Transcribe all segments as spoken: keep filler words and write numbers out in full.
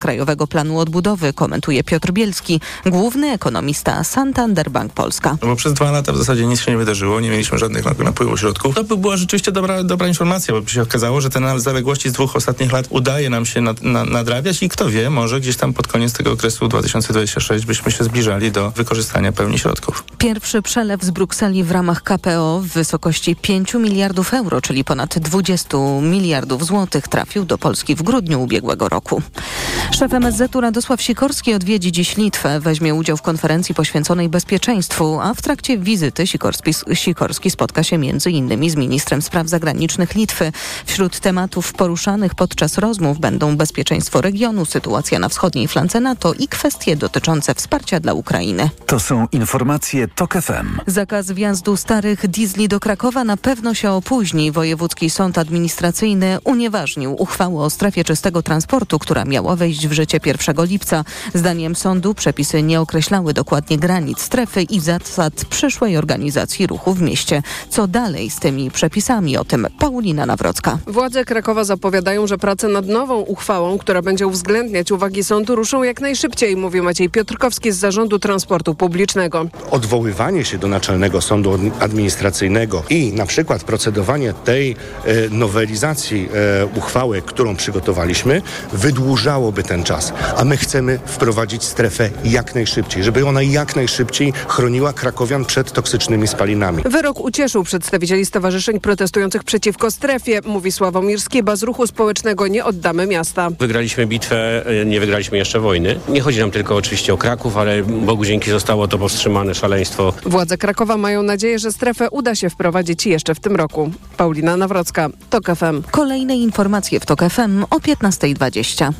Krajowego Planu Odbudowy, komentuje Piotr Bielski, główny ekonomista Santander Bank Polska. Bo przez dwa lata w zasadzie nic się nie wydarzyło, nie mieliśmy żadnych napływów środków. To by była rzeczywiście dobra, dobra informacja, bo się okazało, że te zaległości z dwóch ostatnich lat udaje nam się nad, na, nadrabiać i kto wie, może gdzieś tam pod koniec tego okresu dwa tysiące dwudziestego szóstego byśmy się zbliżali do wykorzystania pełni środków. Pierwszy przelew z Brukseli w ramach K P O w wysokości pięciu miliardów euro, czyli ponad dwudziestu miliardów złotych, trafił do Polski w grudniu ubiegłego roku. Szef M S Z u Radosław Sikorski odwiedzi dziś Litwę. Weźmie udział w konferencji poświęconej bezpieczeństwu, a w trakcie wizyty Sikorski, Sikorski spotka się między innymi z ministrem spraw zagranicznych Litwy. Wśród tematów poruszanych podczas rozmów będą bezpieczeństwo regionu, sytuacja na wschodniej flance NATO i kwestie dotyczące wsparcia dla Ukrainy. To są informacje TOK F M. Zakaz wjazdu starych diesli do Krakowa na pewno się opóźni. Wojewódzki Sąd Administracyjny unieważnił uchwałę o strefie czystego transportu, która miała wejść w życie pierwszego lipca. Zdaniem sądu przepisy nie określały dokładnie granic strefy i zasad przyszłej organizacji ruchu w mieście. Co dalej z tymi przepisami? O tym Paulina Nawrocka. Władze Krakowa zapowiadają, że prace nad nową uchwałą, która będzie uwzględniać uwagi sądu, ruszą jak najszybciej, mówi Maciej Piotrkowski z Zarządu Transportu Publicznego. Odwoływanie się do Naczelnego Sądu Administracyjnego i na przykład procedowanie tej e, nowelizacji e, uchwały, którą przygotowaliśmy, wydłużałoby ten czas. A my chcemy wprowadzić strefę jak najszybciej, żeby ona jak najszybciej chroniła krakowian przed toksycznymi spalinami. Wyrok ucieszył przedstawicieli stowarzyszeń protestujących przeciwko strefie, mówi Sławomir Skiba z Ruchu Społecznego Nie Oddamy Miasta. Wygraliśmy bitwę, nie wygraliśmy jeszcze wojny. Nie chodzi nam tylko oczywiście o Kraków, ale Bogu dzięki zostało to powstrzymane szaleństwo. Władze Krakowa mają nadzieję, że strefę uda się wprowadzić jeszcze w tym roku. Paulina Nawrocka, TOK F M. Kolejne informacje w TOK F M o piętnasta dwadzieścia.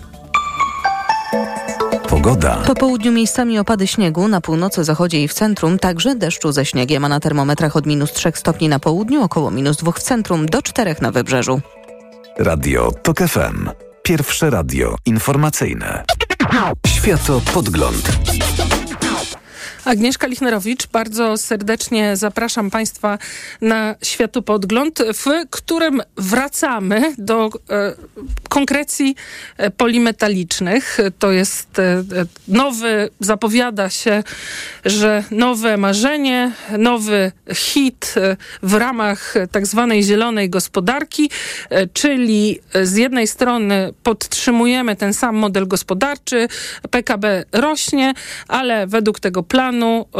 Pogoda. Po południu miejscami opady śniegu, na północy, zachodzie i w centrum także deszczu ze śniegiem, a na termometrach od minus trzech stopni na południu, około minus dwóch w centrum, do czterech na wybrzeżu. Radio TOK F M. Pierwsze radio informacyjne. Światopodgląd. Agnieszka Lichnerowicz, bardzo serdecznie zapraszam Państwa na Światopodgląd, w którym wracamy do e, konkrecji e, polimetalicznych. To jest e, nowy, zapowiada się, że nowe marzenie, nowy hit e, w ramach tak zwanej zielonej gospodarki, e, czyli z jednej strony podtrzymujemy ten sam model gospodarczy, P K B rośnie, ale według tego planu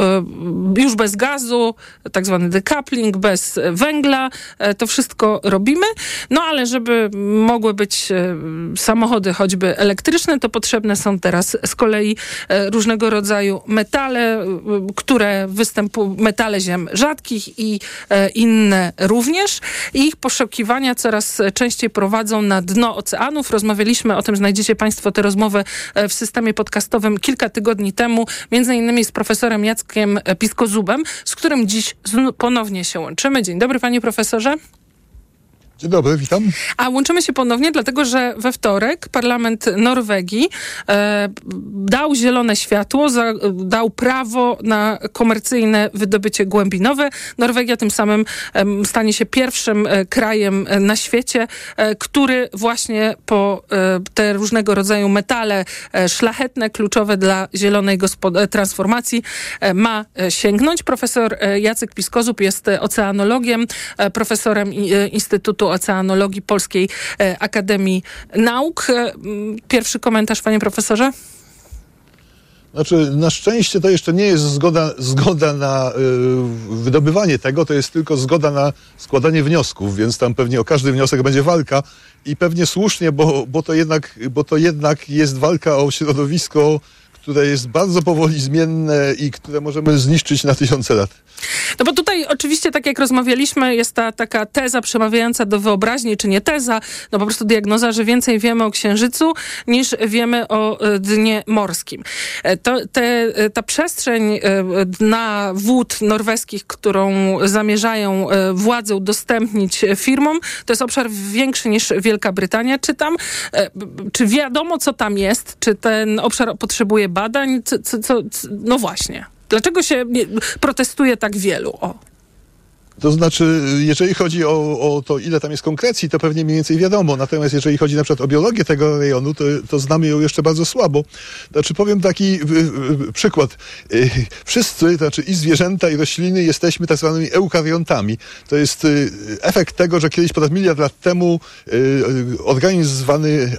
już bez gazu, tak zwany decoupling, bez węgla, to wszystko robimy. No ale żeby mogły być samochody choćby elektryczne, to potrzebne są teraz z kolei różnego rodzaju metale, które występują, metale ziem rzadkich i inne również. I ich poszukiwania coraz częściej prowadzą na dno oceanów. Rozmawialiśmy o tym, znajdziecie Państwo tę rozmowę w systemie podcastowym kilka tygodni temu, między innymi z profesorem Jackiem Piskozubem, z którym dziś ponownie się łączymy. Dzień dobry, panie profesorze. Dzień dobry, witam. A łączymy się ponownie, dlatego że we wtorek parlament Norwegii e, dał zielone światło, za, dał prawo na komercyjne wydobycie głębinowe. Norwegia tym samym e, stanie się pierwszym e, krajem e, na świecie, e, który właśnie po e, te różnego rodzaju metale e, szlachetne, kluczowe dla zielonej gospod- transformacji e, ma e, sięgnąć. Profesor e, Jacek Piskozub jest oceanologiem, e, profesorem e, Instytutu Oceanologii Polskiej Akademii Nauk. Pierwszy komentarz, panie profesorze? Znaczy, na szczęście to jeszcze nie jest zgoda, zgoda na y, wydobywanie tego, to jest tylko zgoda na składanie wniosków, więc tam pewnie o każdy wniosek będzie walka i pewnie słusznie, bo, bo, to, jednak, bo to jednak jest walka o środowisko, które jest bardzo powoli zmienne i które możemy zniszczyć na tysiące lat. No bo tutaj oczywiście, tak jak rozmawialiśmy, jest ta taka teza przemawiająca do wyobraźni, czy nie teza, no po prostu diagnoza, że więcej wiemy o Księżycu niż wiemy o dnie morskim. To, te, ta przestrzeń dna wód norweskich, którą zamierzają władze udostępnić firmom, to jest obszar większy niż Wielka Brytania. Czy tam, czy wiadomo, co tam jest? Czy ten obszar potrzebuje badań? Co, co, co, no właśnie. Dlaczego się nie, protestuje tak wielu? O. To znaczy, jeżeli chodzi o, o to, ile tam jest konkrecji, to pewnie mniej więcej wiadomo. Natomiast jeżeli chodzi na przykład o biologię tego rejonu, to, to znamy ją jeszcze bardzo słabo. Znaczy, powiem taki y, y, przykład. Y, wszyscy, to znaczy i zwierzęta, i rośliny, jesteśmy tak zwanymi eukaryontami. To jest y, efekt tego, że kiedyś ponad miliard lat temu y, y, organizm zwany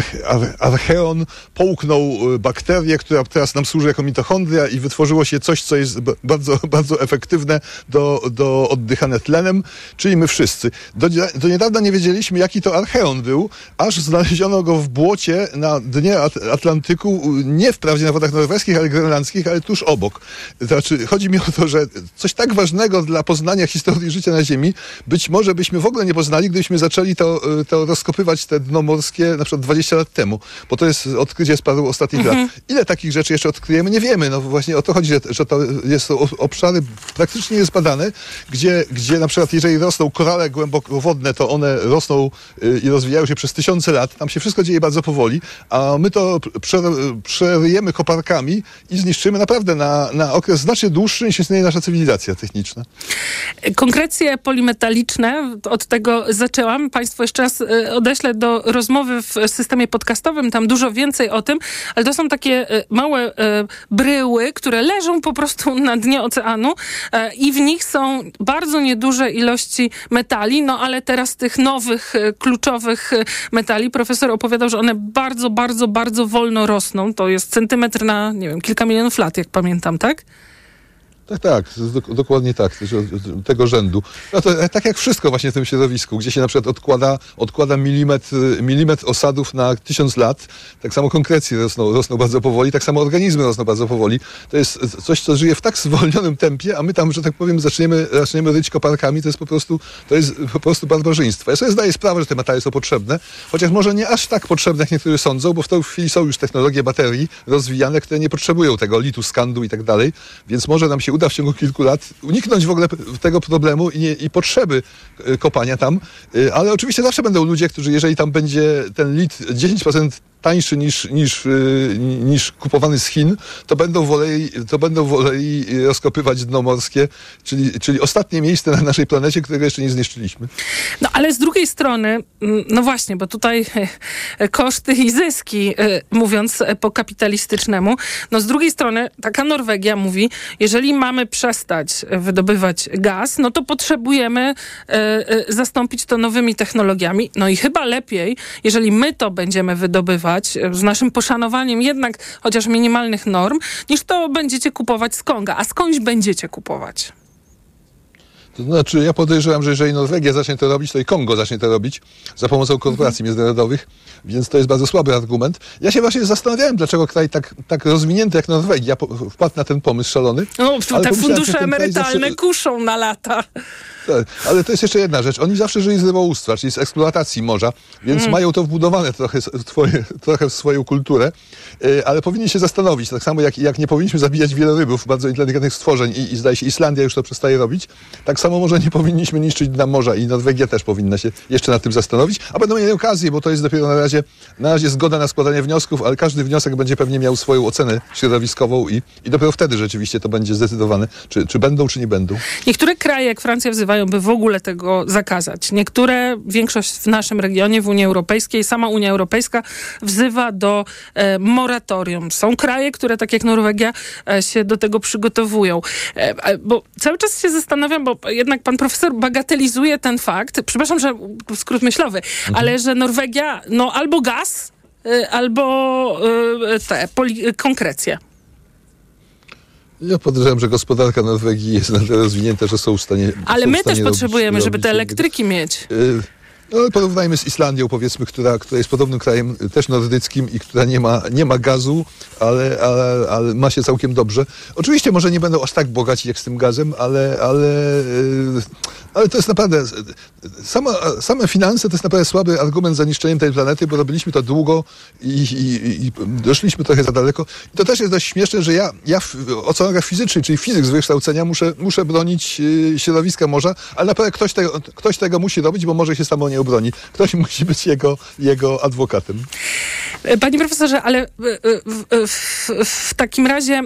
archeon połknął bakterię, która teraz nam służy jako mitochondria i wytworzyło się coś, co jest bardzo, bardzo efektywne do, do oddychania tlenem, czyli my wszyscy. Do, do niedawna nie wiedzieliśmy, jaki to archeon był, aż znaleziono go w błocie na dnie Atlantyku, nie wprawdzie na wodach norweskich, ale grenlandzkich, ale tuż obok. Znaczy, chodzi mi o to, że coś tak ważnego dla poznania historii życia na Ziemi, być może byśmy w ogóle nie poznali, gdybyśmy zaczęli to, to rozkopywać te dno morskie na przykład dwadzieścia lat temu, bo to jest odkrycie z paru ostatnich mhm. lat. Ile takich rzeczy jeszcze odkryjemy? Nie wiemy. No właśnie o to chodzi, że, że to jest to obszary praktycznie niezbadane, gdzie, gdzie na przykład jeżeli rosną korale głębokowodne, to one rosną y, i rozwijają się przez tysiące lat. Tam się wszystko dzieje bardzo powoli, a my to przer, przeryjemy koparkami i zniszczymy naprawdę na, na okres znacznie dłuższy, niż istnieje nasza cywilizacja techniczna. Konkrecje polimetaliczne, od tego zaczęłam. Państwo jeszcze raz odeślę do rozmowy w systemie podcastowym, tam dużo więcej o tym, ale to są takie małe bryły, które leżą po prostu na dnie oceanu i w nich są bardzo nieduże ilości metali, no ale teraz tych nowych, kluczowych metali, profesor opowiadał, że one bardzo, bardzo, bardzo wolno rosną. To jest centymetr na, nie wiem, kilka milionów lat, jak pamiętam, tak? Tak, tak, dokładnie tak, tego rzędu. No to tak jak wszystko właśnie w tym środowisku, gdzie się na przykład odkłada, odkłada milimetr, milimetr osadów na tysiąc lat, tak samo konkrecje rosną, rosną bardzo powoli, tak samo organizmy rosną bardzo powoli. To jest coś, co żyje w tak zwolnionym tempie, a my tam, że tak powiem, zaczniemy, zaczniemy ryć koparkami, to jest po prostu, to jest po prostu barbarzyństwo. Ja sobie zdaję sprawę, że te metale są potrzebne, chociaż może nie aż tak potrzebne, jak niektórzy sądzą, bo w tej chwili są już technologie baterii rozwijane, które nie potrzebują tego litu, skandu i tak dalej, więc może nam się uda w ciągu kilku lat uniknąć w ogóle tego problemu i, nie, i potrzeby kopania tam, ale oczywiście zawsze będą ludzie, którzy jeżeli tam będzie ten lit dziesięć procent tańszy niż, niż, niż kupowany z Chin, to będą woleli, to będą woleli rozkopywać dno morskie, czyli, czyli ostatnie miejsce na naszej planecie, którego jeszcze nie zniszczyliśmy. No ale z drugiej strony, no właśnie, bo tutaj koszty i zyski, mówiąc po kapitalistycznemu, no z drugiej strony taka Norwegia mówi, jeżeli mamy przestać wydobywać gaz, no to potrzebujemy zastąpić to nowymi technologiami. No i chyba lepiej, jeżeli my to będziemy wydobywać z naszym poszanowaniem jednak chociaż minimalnych norm, niż to będziecie kupować z Konga. A skądś będziecie kupować? To znaczy, ja podejrzewam, że jeżeli Norwegia zacznie to robić, to i Kongo zacznie to robić za pomocą korporacji mhm. międzynarodowych, więc to jest bardzo słaby argument. Ja się właśnie zastanawiałem, dlaczego kraj tak, tak rozwinięty jak Norwegia wpadł na ten pomysł szalony. No, te fundusze emerytalne zawsze kuszą na lata. Tak, ale to jest jeszcze jedna rzecz. Oni zawsze żyli z rybołówstwa, czyli z eksploatacji morza, więc mm. mają to wbudowane trochę w, twoje, trochę w swoją kulturę, yy, ale powinni się zastanowić, tak samo jak, jak nie powinniśmy zabijać wielorybów, bardzo inteligentnych stworzeń i, i zdaje się Islandia już to przestaje robić, tak samo może nie powinniśmy niszczyć dna morza i Norwegia też powinna się jeszcze nad tym zastanowić, a będą mieli okazję, bo to jest dopiero na razie, na razie zgoda na składanie wniosków, ale każdy wniosek będzie pewnie miał swoją ocenę środowiskową i, i dopiero wtedy rzeczywiście to będzie zdecydowane, czy, czy będą, czy nie będą. Niektóre kraje, jak Francja, wzywają, by w ogóle tego zakazać. Niektóre, większość w naszym regionie, w Unii Europejskiej, sama Unia Europejska wzywa do e, moratorium. Są kraje, które tak jak Norwegia e, się do tego przygotowują. E, bo cały czas się zastanawiam, bo jednak pan profesor bagatelizuje ten fakt, przepraszam, że skrót myślowy, mhm. ale że Norwegia, no albo gaz, e, albo e, te poli- konkrecje. Ja podejrzewam, że gospodarka Norwegii jest na tyle rozwinięta, że są w stanie... Ale my też robić, potrzebujemy, robić, żeby te elektryki mieć. Yy, no ale porównajmy z Islandią, powiedzmy, która, która jest podobnym krajem też nordyckim i która nie ma, nie ma gazu, ale, ale, ale ma się całkiem dobrze. Oczywiście może nie będą aż tak bogaci jak z tym gazem, ale, ale, yy, ale to jest naprawdę... Sama, same finanse to jest naprawdę słaby argument za niszczeniem tej planety, bo robiliśmy to długo i, i, i doszliśmy trochę za daleko. I to też jest dość śmieszne, że ja, ja w oceanograf fizyczny, czyli fizyk z wykształcenia, muszę, muszę bronić yy, środowiska morza, ale naprawdę ktoś tego, ktoś tego musi robić, bo morze się samo nie nie obroni. Ktoś musi być jego, jego adwokatem. Panie profesorze, ale w, w, w takim razie,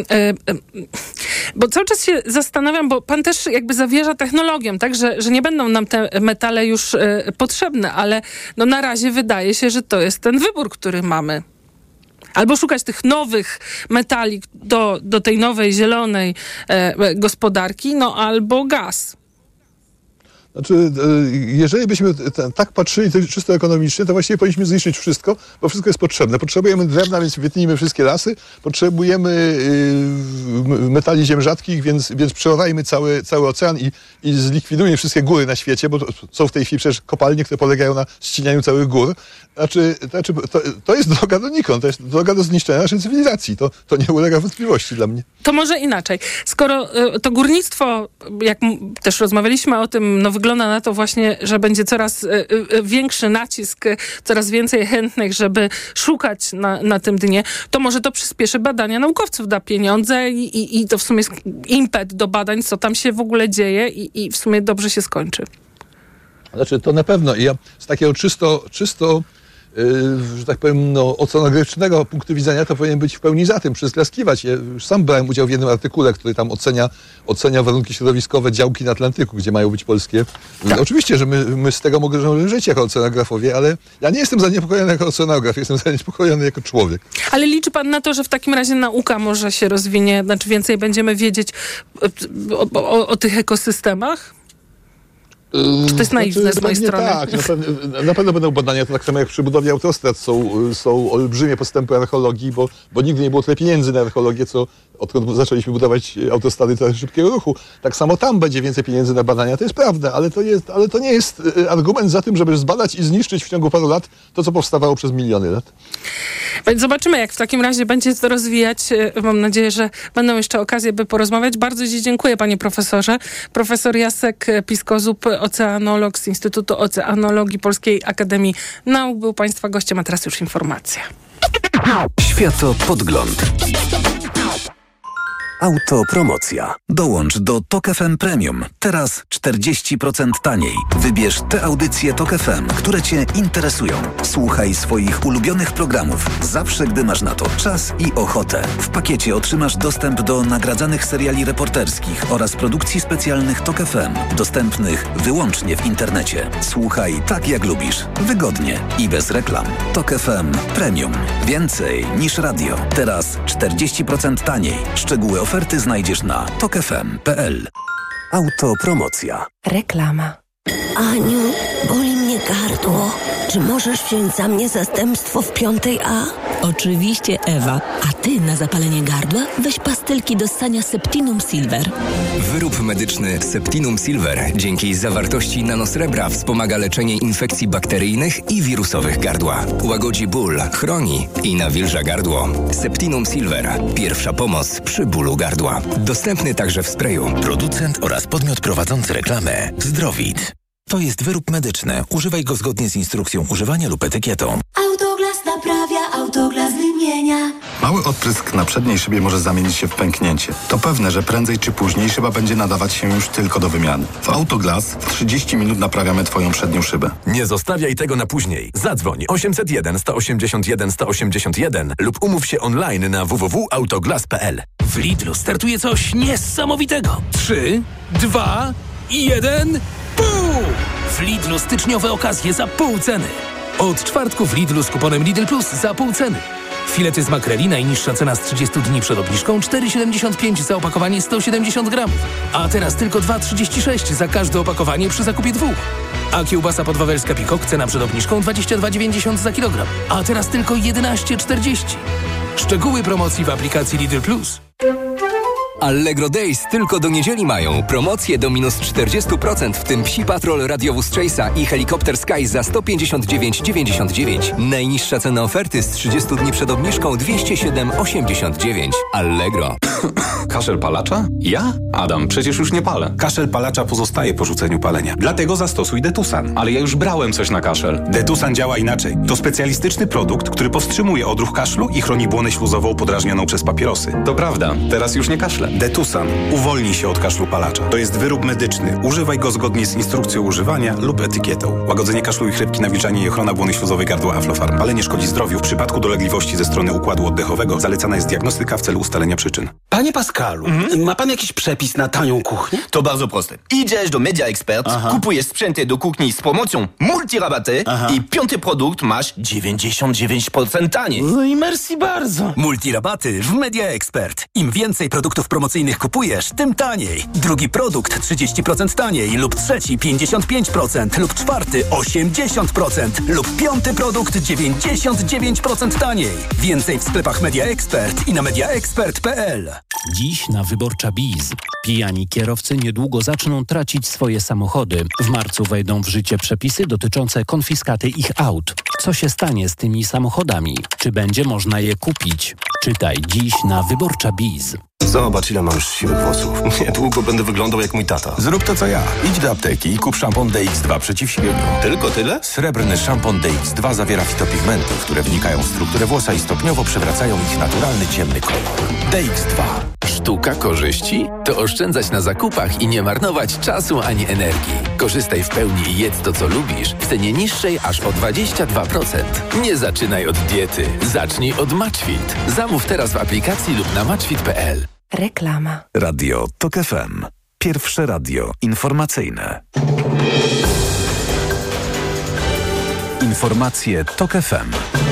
bo cały czas się zastanawiam, bo pan też jakby zawierza technologią, tak, że, że nie będą nam te metale już potrzebne, ale no na razie wydaje się, że to jest ten wybór, który mamy. Albo szukać tych nowych metali do, do tej nowej, zielonej e, gospodarki, no albo gaz. Znaczy, jeżeli byśmy tak patrzyli czysto ekonomicznie, to właściwie powinniśmy zniszczyć wszystko, bo wszystko jest potrzebne. Potrzebujemy drewna, więc wytnijmy wszystkie lasy. Potrzebujemy metali ziem rzadkich, więc, więc przeorajmy cały, cały ocean i, i zlikwidujmy wszystkie góry na świecie, bo to są w tej chwili przecież kopalnie, które polegają na ścienianiu całych gór. Znaczy, znaczy to, to jest droga donikąd, to jest droga do zniszczenia naszej cywilizacji. To, to nie ulega wątpliwości dla mnie. To może inaczej. Skoro to górnictwo, jak też rozmawialiśmy o tym, no wygląda na to właśnie, że będzie coraz większy nacisk, coraz więcej chętnych, żeby szukać na, na tym dnie, to może to przyspieszy badania naukowców, da pieniądze i, i, i to w sumie jest impet do badań, co tam się w ogóle dzieje i, i w sumie dobrze się skończy. Znaczy, to na pewno. I ja z takiego czysto, czysto że tak powiem, no, oceanograficznego punktu widzenia, to powinien być w pełni za tym, przyklaskiwać. Ja już sam brałem udział w jednym artykule, który tam ocenia, ocenia warunki środowiskowe działki na Atlantyku, gdzie mają być polskie. Tak. Oczywiście, że my, my z tego możemy żyć jako oceanografowie, ale ja nie jestem zaniepokojony jako oceanograf, jestem zaniepokojony jako człowiek. Ale liczy pan na to, że w takim razie nauka może się rozwinie, znaczy więcej będziemy wiedzieć o, o, o tych ekosystemach? Czy to jest naiwne znaczy, z mojej strony? Tak, na pewno, na pewno będą badania, to tak samo jak przy budowie autostrad są, są olbrzymie postępy archeologii, bo, bo nigdy nie było tyle pieniędzy na archeologię, co odkąd zaczęliśmy budować autostrady trochę szybkiego ruchu. Tak samo tam będzie więcej pieniędzy na badania, to jest prawda, ale to, jest, ale to nie jest argument za tym, żeby zbadać i zniszczyć w ciągu paru lat to, co powstawało przez miliony lat. Zobaczymy, jak w takim razie będzie to rozwijać. Mam nadzieję, że będą jeszcze okazje, by porozmawiać. Bardzo Ci dziękuję, panie profesorze. Profesor Jacek Piskozub, oceanolog z Instytutu Oceanologii Polskiej Akademii Nauk, był państwa gościem, a teraz już informacja. Światopodgląd. Autopromocja. Dołącz do Tok F M Premium. Teraz czterdzieści procent taniej. Wybierz te audycje Tok F M, które Cię interesują. Słuchaj swoich ulubionych programów zawsze, gdy masz na to czas i ochotę. W pakiecie otrzymasz dostęp do nagradzanych seriali reporterskich oraz produkcji specjalnych Tok F M, dostępnych wyłącznie w internecie. Słuchaj tak, jak lubisz. Wygodnie i bez reklam. Tok F M Premium. Więcej niż radio. Teraz czterdzieści procent taniej. Szczegóły oferty znajdziesz na tok f m kropka p l. Autopromocja. Reklama. Aniu, boli mnie gardło. Czy możesz wziąć za mnie zastępstwo w piątej A? Oczywiście, Ewa. A ty na zapalenie gardła weź pastylki do ssania Septinum Silver. Wyrób medyczny Septinum Silver dzięki zawartości nanosrebra wspomaga leczenie infekcji bakteryjnych i wirusowych gardła. Łagodzi ból, chroni i nawilża gardło. Septinum Silver. Pierwsza pomoc przy bólu gardła. Dostępny także w sprayu. Producent oraz podmiot prowadzący reklamę Zdrowit. To jest wyrób medyczny. Używaj go zgodnie z instrukcją używania lub etykietą. Autoglas naprawia, Autoglas wymienia. Mały odprysk na przedniej szybie może zamienić się w pęknięcie. To pewne, że prędzej czy później szyba będzie nadawać się już tylko do wymiany. W Autoglas w trzydzieści minut naprawiamy Twoją przednią szybę. Nie zostawiaj tego na później. Zadzwoń osiemset jeden, sto osiemdziesiąt jeden, sto osiemdziesiąt jeden lub umów się online na w w w kropka autoglas kropka p l. W Lidlu startuje coś niesamowitego. Trzy, dwa, jeden... Pół! W Lidlu styczniowe okazje za pół ceny. Od czwartku w Lidlu z kuponem Lidl Plus za pół ceny. Filety z makreli najniższa cena z trzydziestu dni przed obniżką cztery siedemdziesiąt pięć za opakowanie sto siedemdziesiąt gramów. A teraz tylko dwa trzydzieści sześć za każde opakowanie przy zakupie dwóch. A kiełbasa podwawelska Pikok cena przed obniżką dwadzieścia dwa dziewięćdziesiąt za kilogram. A teraz tylko jedenaście czterdzieści. Szczegóły promocji w aplikacji Lidl Plus. Allegro Days tylko do niedzieli mają. Promocje do minus czterdzieści procent, w tym Psi Patrol, radiowóz Chase'a i helikopter Sky za sto pięćdziesiąt dziewięć dziewięćdziesiąt dziewięć. Najniższa cena oferty z trzydziestu dni przed obniżką dwieście siedem osiemdziesiąt dziewięć. Allegro. Kaszel palacza? Ja? Adam, przecież już nie palę. Kaszel palacza pozostaje po rzuceniu palenia. Dlatego zastosuj Detusan. Ale ja już brałem coś na kaszel. Detusan działa inaczej. To specjalistyczny produkt, który powstrzymuje odruch kaszlu i chroni błonę śluzową podrażnioną przez papierosy. To prawda. Teraz już nie kaszlę. Detusan uwolni się od kaszlu palacza. To jest wyrób medyczny. Używaj go zgodnie z instrukcją używania lub etykietą. Łagodzenie kaszlu i chrypki, nawilżanie i ochrona błony śluzowej gardła Aflofarm. Ale nie szkodzi zdrowiu. W przypadku dolegliwości ze strony układu oddechowego zalecana jest diagnostyka w celu ustalenia przyczyn. Panie Pascalu, mhm. ma pan jakiś przepis na tanią kuchnię? To bardzo proste. Idziesz do Media Expert, Aha. kupujesz sprzęty do kuchni z promocją multirabaty Aha. i piąty produkt masz dziewięćdziesiąt dziewięć procent taniej. No i merci bardzo. Multirabaty w Media Expert. Im więcej produktów promocyjnych kupujesz, tym taniej. Drugi produkt trzydzieści procent taniej lub trzeci pięćdziesiąt pięć procent lub czwarty osiemdziesiąt procent lub piąty produkt dziewięćdziesiąt dziewięć procent taniej. Więcej w sklepach Media Expert i na mediaexpert kropka p l. Dziś na Wyborcza Biz. Pijani kierowcy niedługo zaczną tracić swoje samochody. W marcu wejdą w życie przepisy dotyczące konfiskaty ich aut. Co się stanie z tymi samochodami? Czy będzie można je kupić? Czytaj dziś na Wyborcza Biz. Zobacz, ile mam już siwych włosów. Niedługo będę wyglądał jak mój tata. Zrób to, co ja. Idź do apteki i kup szampon D X dwa przeciw siwieniu. Tylko tyle? Srebrny szampon D X dwa zawiera fitopigmenty, które wnikają w strukturę włosa i stopniowo przywracają ich naturalny, ciemny kolor. D X dwa. Sztuka korzyści? To oszczędzać na zakupach i nie marnować czasu ani energii. Korzystaj w pełni i jedz to, co lubisz w cenie niższej aż o dwadzieścia dwa procent. Nie zaczynaj od diety. Zacznij od Matchfit. Zamów teraz w aplikacji lub na matchfit kropka p l. Reklama. Radio TOK F M. Pierwsze radio informacyjne. Informacje TOK F M.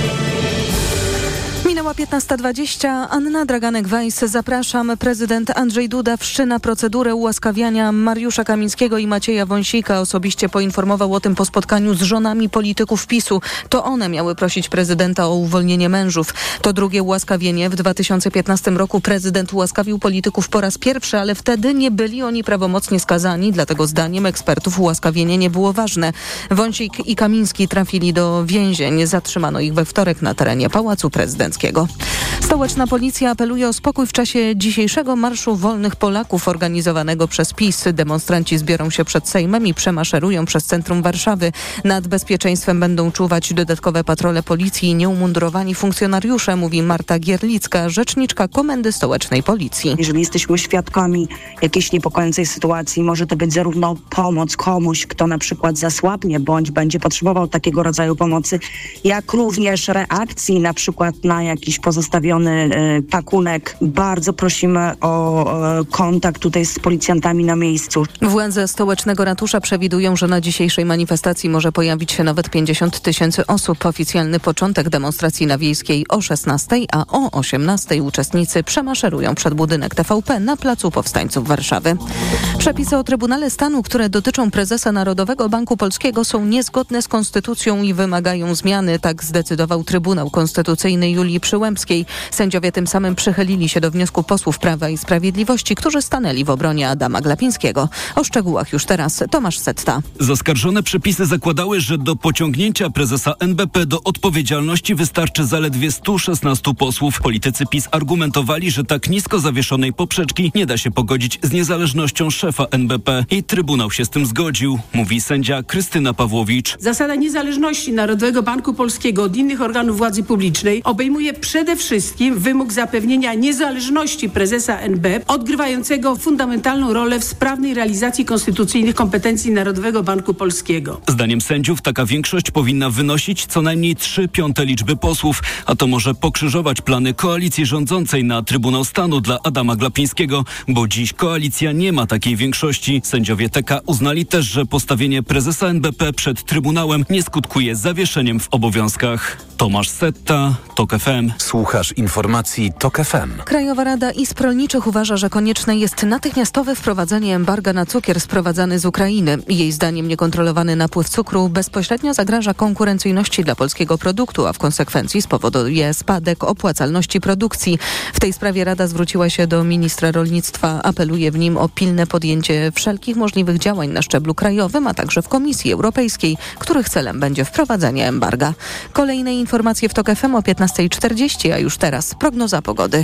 Minęła piętnasta dwadzieścia. Anna Draganek-Weiss. Zapraszam. Prezydent Andrzej Duda wszczyna procedurę ułaskawiania Mariusza Kamińskiego i Macieja Wąsika. Osobiście poinformował o tym po spotkaniu z żonami polityków PiSu. To one miały prosić prezydenta o uwolnienie mężów. To drugie ułaskawienie. W dwa tysiące piętnastym roku prezydent ułaskawił polityków po raz pierwszy, ale wtedy nie byli oni prawomocnie skazani, dlatego zdaniem ekspertów ułaskawienie nie było ważne. Wąsik i Kamiński trafili do więzień. Zatrzymano ich we wtorek na terenie Pałacu Prezydenckiego. Stołeczna policja apeluje o spokój w czasie dzisiejszego Marszu Wolnych Polaków organizowanego przez PiS. Demonstranci zbiorą się przed Sejmem i przemaszerują przez centrum Warszawy. Nad bezpieczeństwem będą czuwać dodatkowe patrole policji i nieumundurowani funkcjonariusze, mówi Marta Gierlicka, rzeczniczka Komendy Stołecznej Policji. Jeżeli jesteśmy świadkami jakiejś niepokojącej sytuacji, może to być zarówno pomoc komuś, kto na przykład zasłabnie, bądź będzie potrzebował takiego rodzaju pomocy, jak również reakcji na przykład na jakiś pozostawiony y, pakunek. Bardzo prosimy o y, kontakt tutaj z policjantami na miejscu. Władze stołecznego ratusza przewidują, że na dzisiejszej manifestacji może pojawić się nawet pięćdziesiąt tysięcy osób. Oficjalny początek demonstracji na Wiejskiej o szesnastej, a o osiemnastej uczestnicy przemaszerują przed budynek T V P na Placu Powstańców Warszawy. Przepisy o Trybunale Stanu, które dotyczą prezesa Narodowego Banku Polskiego, są niezgodne z konstytucją i wymagają zmiany. Tak zdecydował Trybunał Konstytucyjny Julii Przyłębskiej. Sędziowie tym samym przychylili się do wniosku posłów Prawa i Sprawiedliwości, którzy stanęli w obronie Adama Glapińskiego. O szczegółach już teraz Tomasz Setta. Zaskarżone przepisy zakładały, że do pociągnięcia prezesa N B P do odpowiedzialności wystarczy zaledwie stu szesnastu posłów. Politycy PiS argumentowali, że tak nisko zawieszonej poprzeczki nie da się pogodzić z niezależnością szefa N B P i Trybunał się z tym zgodził, mówi sędzia Krystyna Pawłowicz. Zasada niezależności Narodowego Banku Polskiego od innych organów władzy publicznej obejmuje przede wszystkim wymóg zapewnienia niezależności prezesa N B P, odgrywającego fundamentalną rolę w sprawnej realizacji konstytucyjnych kompetencji Narodowego Banku Polskiego. Zdaniem sędziów taka większość powinna wynosić co najmniej trzy piąte liczby posłów, a to może pokrzyżować plany koalicji rządzącej na Trybunał Stanu dla Adama Glapińskiego, bo dziś koalicja nie ma takiej większości. Sędziowie T K uznali też, że postawienie prezesa N B P przed Trybunałem nie skutkuje zawieszeniem w obowiązkach. Tomasz Setta, TOK F M. Słuchasz informacji TOK F M. Krajowa Rada Izb Rolniczych uważa, że konieczne jest natychmiastowe wprowadzenie embarga na cukier sprowadzany z Ukrainy. Jej zdaniem niekontrolowany napływ cukru bezpośrednio zagraża konkurencyjności dla polskiego produktu, a w konsekwencji spowoduje spadek opłacalności produkcji. W tej sprawie Rada zwróciła się do ministra rolnictwa. Apeluje w nim o pilne podjęcie wszelkich możliwych działań na szczeblu krajowym, a także w Komisji Europejskiej, których celem będzie wprowadzenie embarga. Kolejne informacje w TOK F M o piętnasta czterdzieści, a już teraz prognoza pogody.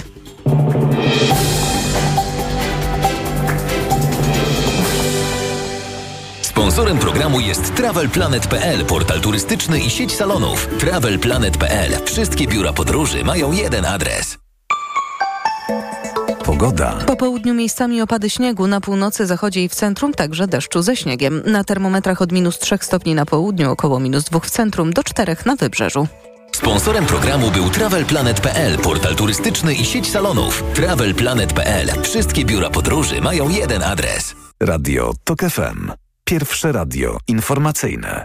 Sponsorem programu jest travel planet kropka p l, portal turystyczny i sieć salonów. travel planet kropka p l. Wszystkie biura podróży mają jeden adres. Pogoda. Pogoda. Po południu miejscami opady śniegu, na północy, zachodzie i w centrum także deszczu ze śniegiem. Na termometrach od minus trzech stopni na południu, około minus dwóch w centrum, do czterech na wybrzeżu. Sponsorem programu był travel planet kropka p l, portal turystyczny i sieć salonów. travel planet kropka p l. Wszystkie biura podróży mają jeden adres. Radio TOK F M. Pierwsze radio informacyjne.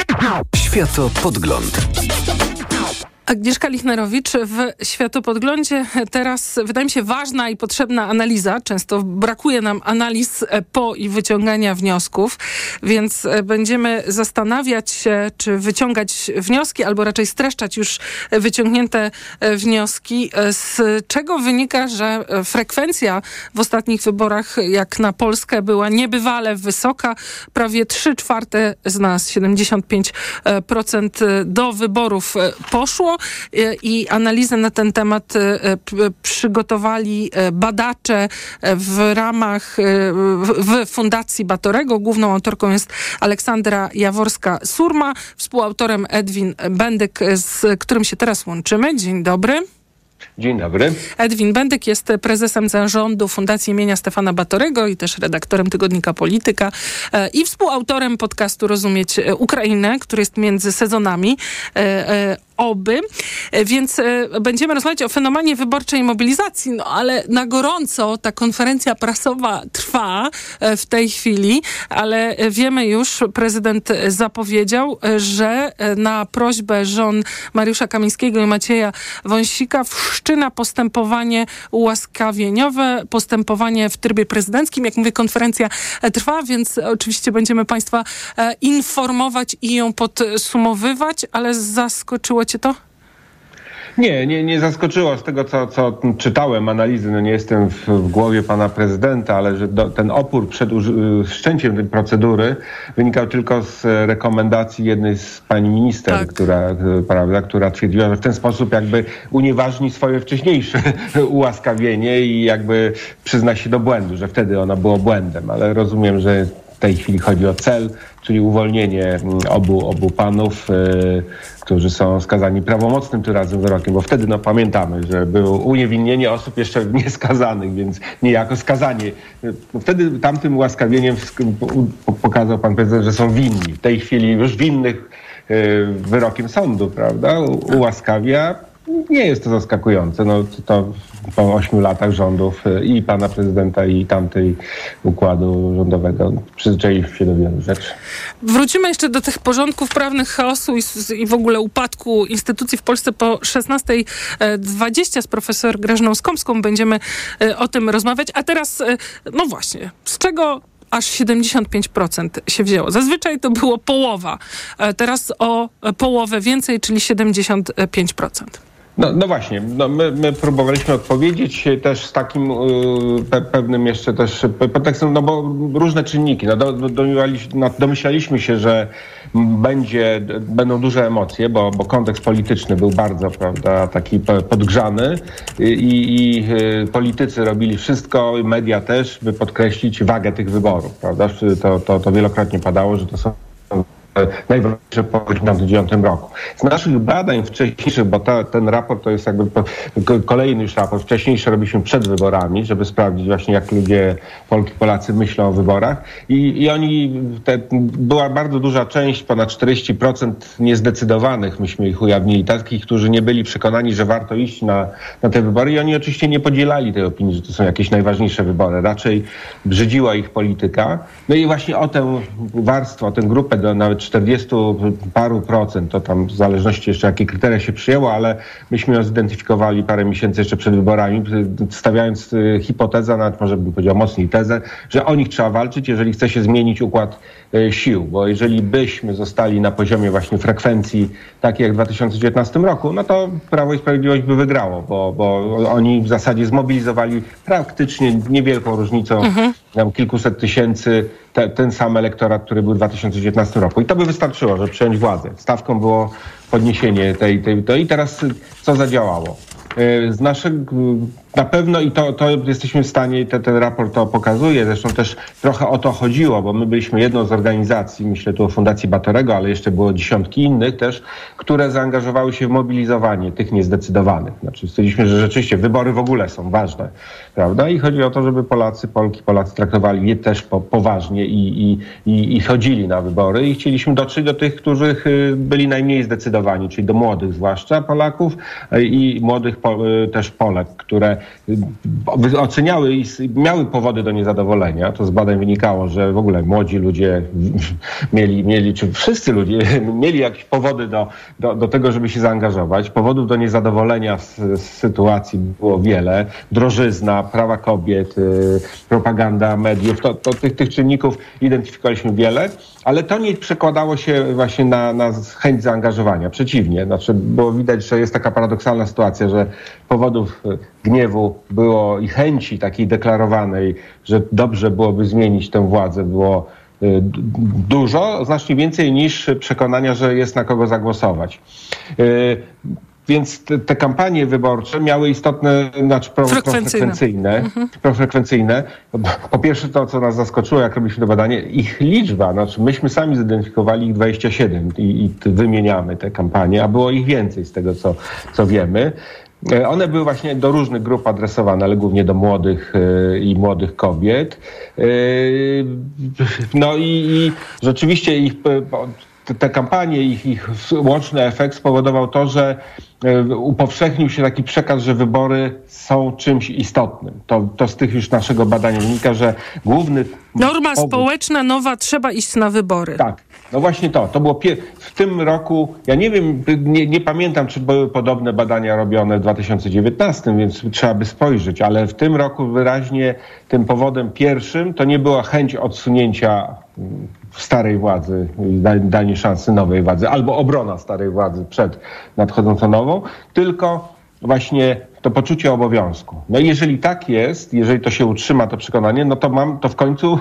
Światopodgląd. Agnieszka Lichnerowicz w Światopodglądzie. Teraz wydaje mi się ważna i potrzebna analiza. Często brakuje nam analiz po i wyciągania wniosków, więc będziemy zastanawiać się, czy wyciągać wnioski, albo raczej streszczać już wyciągnięte wnioski. Z czego wynika, że frekwencja w ostatnich wyborach, jak na Polskę, była niebywale wysoka. Prawie trzy czwarte z nas, siedemdziesiąt pięć procent do wyborów poszło. I analizę na ten temat przygotowali badacze w ramach w Fundacji Batorego. Główną autorką jest Aleksandra Jaworska-Surma, współautorem Edwin Bendyk, z którym się teraz łączymy. Dzień dobry. Dzień dobry. Edwin Bendyk jest prezesem zarządu Fundacji imienia Stefana Batorego i też redaktorem tygodnika Polityka i współautorem podcastu Rozumieć Ukrainę, który jest między sezonami. Oby, więc będziemy rozmawiać o fenomenie wyborczej mobilizacji, no ale na gorąco ta konferencja prasowa trwa w tej chwili, ale wiemy już, prezydent zapowiedział, że na prośbę żon Mariusza Kamińskiego i Macieja Wąsika wszczyna postępowanie ułaskawieniowe, postępowanie w trybie prezydenckim. Jak mówię, konferencja trwa, więc oczywiście będziemy Państwa informować i ją podsumowywać, ale zaskoczyło Cię to? Nie, nie, nie zaskoczyło z tego, co, co czytałem, analizy. No nie jestem w, w głowie pana prezydenta, ale że do, ten opór przed uży- wszczęciem tej procedury wynikał tylko z rekomendacji jednej z pani minister, tak. która, prawda, która twierdziła, że w ten sposób jakby unieważni swoje wcześniejsze ułaskawienie i jakby przyzna się do błędu, że wtedy ono było błędem, ale rozumiem, że w tej chwili chodzi o cel, czyli uwolnienie obu, obu panów, yy, którzy są skazani prawomocnym tym razem wyrokiem, bo wtedy no, pamiętamy, że było uniewinnienie osób jeszcze nieskazanych, więc niejako skazanie. No, wtedy tamtym ułaskawieniem pokazał pan prezydent, że są winni. W tej chwili już winnych yy, wyrokiem sądu, prawda, U- ułaskawia. Nie jest to zaskakujące. No, to po ośmiu latach rządów i pana prezydenta, i tamtej układu rządowego przyzwyczailiśmy się do wielu rzeczy. Wrócimy jeszcze do tych porządków prawnych, chaosu i, i w ogóle upadku instytucji w Polsce po szesnastej dwadzieścia z profesor Grażyną Skomską. Będziemy o tym rozmawiać. A teraz, no właśnie, z czego aż siedemdziesiąt pięć procent się wzięło? Zazwyczaj to było połowa. Teraz o połowę więcej, czyli siedemdziesiąt pięć procent. No, no właśnie, no my, my próbowaliśmy odpowiedzieć też z takim y, pe, pewnym jeszcze też podtekstem, no bo różne czynniki. No, do, do, no, domyślaliśmy się, że będzie, będą duże emocje, bo, bo kontekst polityczny był bardzo, prawda, taki podgrzany i, i, i politycy robili wszystko, i media też, by podkreślić wagę tych wyborów, prawda? To, to, to wielokrotnie padało, że to są najważniejsze po tysiąc dziewięćset dziewięćdziesiątym dziewiątym roku. Z naszych badań wcześniejszych, bo ta, ten raport to jest jakby kolejny już raport, wcześniejszy robiliśmy przed wyborami, żeby sprawdzić właśnie, jak ludzie, Polki, Polacy myślą o wyborach i, i oni, te, była bardzo duża część, ponad czterdzieści procent niezdecydowanych, myśmy ich ujawnili, takich, którzy nie byli przekonani, że warto iść na, na te wybory i oni oczywiście nie podzielali tej opinii, że to są jakieś najważniejsze wybory. Raczej brzydziła ich polityka. No i właśnie o tę warstwę, o tę grupę, do nawet czterdziestu paru procent, to tam w zależności jeszcze jakie kryteria się przyjęło, ale myśmy ją zidentyfikowali parę miesięcy jeszcze przed wyborami, stawiając hipotezę, nawet może bym powiedział mocniej tezę, że o nich trzeba walczyć, jeżeli chce się zmienić układ sił, bo jeżeli byśmy zostali na poziomie właśnie frekwencji takiej jak w dwa tysiące dziewiętnastym roku, no to Prawo i Sprawiedliwość by wygrało, bo, bo oni w zasadzie zmobilizowali praktycznie niewielką różnicą, mhm. tam kilkuset tysięcy, te, ten sam elektorat, który był w dwa tysiące dziewiętnastym roku. I to by wystarczyło, żeby przejąć władzę. Stawką było podniesienie tej, tej, tej. I teraz co zadziałało? z naszego, na pewno i to, to jesteśmy w stanie, i te, ten raport to pokazuje, zresztą też trochę o to chodziło, bo my byliśmy jedną z organizacji, myślę tu o Fundacji Batorego, ale jeszcze było dziesiątki innych też, które zaangażowały się w mobilizowanie tych niezdecydowanych. Znaczy stwierdziliśmy, że rzeczywiście wybory w ogóle są ważne, prawda? I chodzi o to, żeby Polacy, Polki, Polacy traktowali je też po, poważnie i, i, i, i chodzili na wybory i chcieliśmy dotrzeć do tych, którzy byli najmniej zdecydowani, czyli do młodych zwłaszcza Polaków i młodych po, też Polek, które oceniały i miały powody do niezadowolenia. To z badań wynikało, że w ogóle młodzi ludzie mieli, mieli czy wszyscy ludzie mieli jakieś powody do, do, do tego, żeby się zaangażować. Powodów do niezadowolenia z, z sytuacji było wiele. Drożyzna, prawa kobiet, y, propaganda mediów, to, to tych, tych czynników identyfikowaliśmy wiele, ale to nie przekładało się właśnie na, na chęć zaangażowania. Przeciwnie, znaczy było widać, że jest taka paradoksalna sytuacja, że powodów gniewu było i chęci takiej deklarowanej, że dobrze byłoby zmienić tę władzę, było dużo, znacznie więcej niż przekonania, że jest na kogo zagłosować. Więc te, te kampanie wyborcze miały istotne, znaczy pro, profrekwencyjne. Mhm. profrekwencyjne. Po pierwsze to, co nas zaskoczyło, jak robiliśmy to badanie, ich liczba, znaczy myśmy sami zidentyfikowali ich dwadzieścia siedem i, i wymieniamy te kampanie, a było ich więcej z tego, co, co wiemy. One były właśnie do różnych grup adresowane, ale głównie do młodych yy, i młodych kobiet. Yy, no i, i rzeczywiście ich, te, te kampanie, ich, ich łączny efekt spowodował to, że upowszechnił się taki przekaz, że wybory są czymś istotnym. To, to z tych już naszego badania wynika, że główny... Norma powód... społeczna nowa, trzeba iść na wybory. Tak, no właśnie to. To było pie... w tym roku, ja nie wiem, nie, nie pamiętam, czy były podobne badania robione w dwa tysiące dziewiętnastym, więc trzeba by spojrzeć, ale w tym roku wyraźnie tym powodem pierwszym to nie była chęć odsunięcia starej władzy i danie szansy nowej władzy, albo obrona starej władzy przed nadchodzącą nową, tylko właśnie to poczucie obowiązku. No i jeżeli tak jest, jeżeli to się utrzyma, to przekonanie, no to mam, to w końcu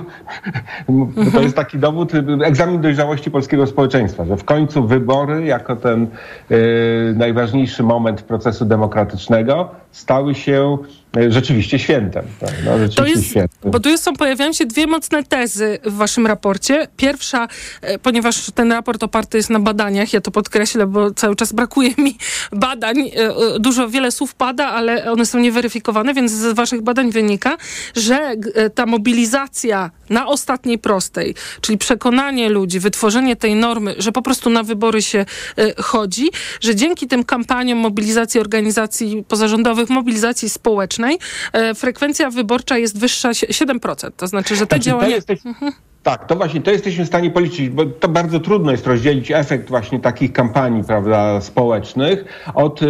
to jest taki dowód, egzamin dojrzałości polskiego społeczeństwa, że w końcu wybory jako ten yy, najważniejszy moment procesu demokratycznego stały się rzeczywiście świętem. Tak? No, rzeczywiście to jest, świętem. Bo tu jest, są, pojawiają się dwie mocne tezy w waszym raporcie. Pierwsza, ponieważ ten raport oparty jest na badaniach, ja to podkreślę, bo cały czas brakuje mi badań, dużo, wiele słów pada, ale one są nieweryfikowane, więc z waszych badań wynika, że ta mobilizacja na ostatniej prostej, czyli przekonanie ludzi, wytworzenie tej normy, że po prostu na wybory się chodzi, że dzięki tym kampaniom mobilizacji organizacji pozarządowych, mobilizacji społecznej, frekwencja wyborcza jest wyższa siedem procent. To znaczy, że te znaczy, działania... Jesteś... Mhm. Tak, to właśnie, to jesteśmy w stanie policzyć, bo to bardzo trudno jest rozdzielić efekt właśnie takich kampanii, prawda, społecznych od y,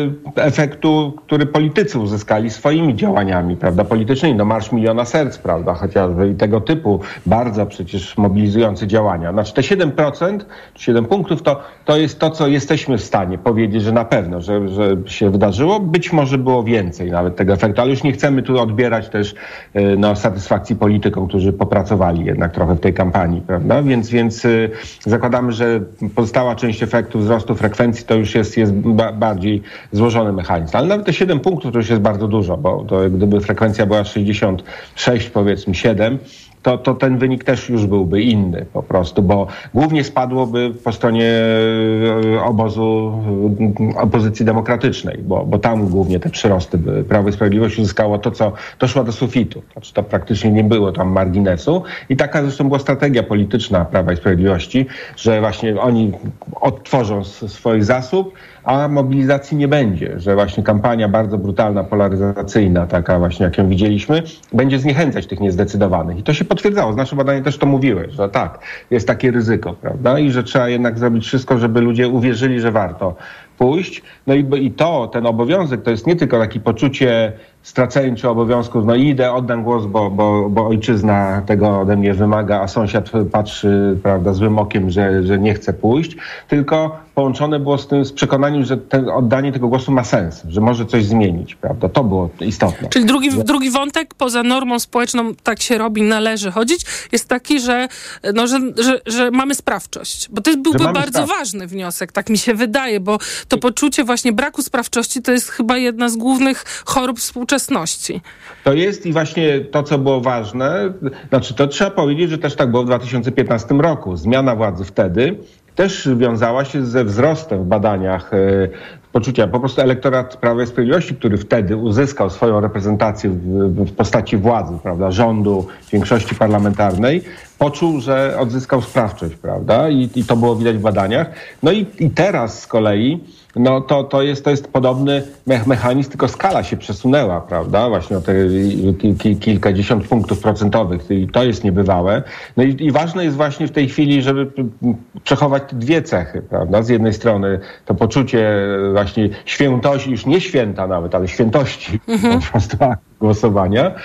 efektu, który politycy uzyskali swoimi działaniami, prawda, politycznymi. No Marsz Miliona Serc, prawda, chociażby i tego typu bardzo przecież mobilizujące działania. Znaczy te siedem procent, siedem punktów, to, to jest to, co jesteśmy w stanie powiedzieć, że na pewno, że, że się wydarzyło. Być może było więcej nawet tego efektu, ale już nie chcemy tu odbierać też y, no, satysfakcji politykom, którzy popracowali jednak trochę w tej kampanii, prawda? Więc, więc y, zakładamy, że pozostała część efektu wzrostu frekwencji to już jest, jest ba- bardziej złożony mechanizm. Ale nawet te siedem punktów to już jest bardzo dużo, bo to gdyby frekwencja była sześćdziesiąt sześć, powiedzmy siedem, to, to ten wynik też już byłby inny po prostu, bo głównie spadłoby po stronie obozu opozycji demokratycznej, bo, bo tam głównie te przyrosty były. Prawo i Sprawiedliwość uzyskało to, co doszło do sufitu. Znaczy to praktycznie nie było tam marginesu i taka zresztą była strategia polityczna Prawa i Sprawiedliwości, że właśnie oni odtworzą swój zasób, a mobilizacji nie będzie, że właśnie kampania bardzo brutalna, polaryzacyjna, taka właśnie jak ją widzieliśmy, będzie zniechęcać tych niezdecydowanych. I to się potwierdzało. Nasze badania też to mówiły, że tak, jest takie ryzyko, prawda? I że trzeba jednak zrobić wszystko, żeby ludzie uwierzyli, że warto pójść. No i, i to, ten obowiązek, to jest nie tylko takie poczucie straceniu czy obowiązków, no idę, oddam głos, bo, bo, bo ojczyzna tego ode mnie wymaga, a sąsiad patrzy, prawda, złym okiem, że, że nie chce pójść, tylko połączone było z tym, z przekonaniem, że te, oddanie tego głosu ma sens, że może coś zmienić, prawda? To było istotne. Czyli drugi, drugi wątek, poza normą społeczną, tak się robi, należy chodzić, jest taki, że, no, że, że, że mamy sprawczość. Bo to byłby bardzo spraw... ważny wniosek, tak mi się wydaje, bo to poczucie właśnie braku sprawczości to jest chyba jedna z głównych chorób współczesności. To jest i właśnie to, co było ważne, znaczy to trzeba powiedzieć, że też tak było w dwa tysiące piętnastym roku. Zmiana władzy wtedy też wiązała się ze wzrostem w badaniach e, poczucia. Po prostu elektorat Prawa i Sprawiedliwości, który wtedy uzyskał swoją reprezentację w, w postaci władzy, prawda, rządu, większości parlamentarnej, poczuł, że odzyskał sprawczość, prawda, i, i to było widać w badaniach. No i, i teraz z kolei no to, to, jest, to jest podobny me- mechanizm, tylko skala się przesunęła, prawda, właśnie o te ki- ki- kilkadziesiąt punktów procentowych i to jest niebywałe. No i, i ważne jest właśnie w tej chwili, żeby przechować te dwie cechy, prawda, z jednej strony to poczucie właśnie świętości, już nie święta nawet, ale świętości mhm. po prostu głosowania,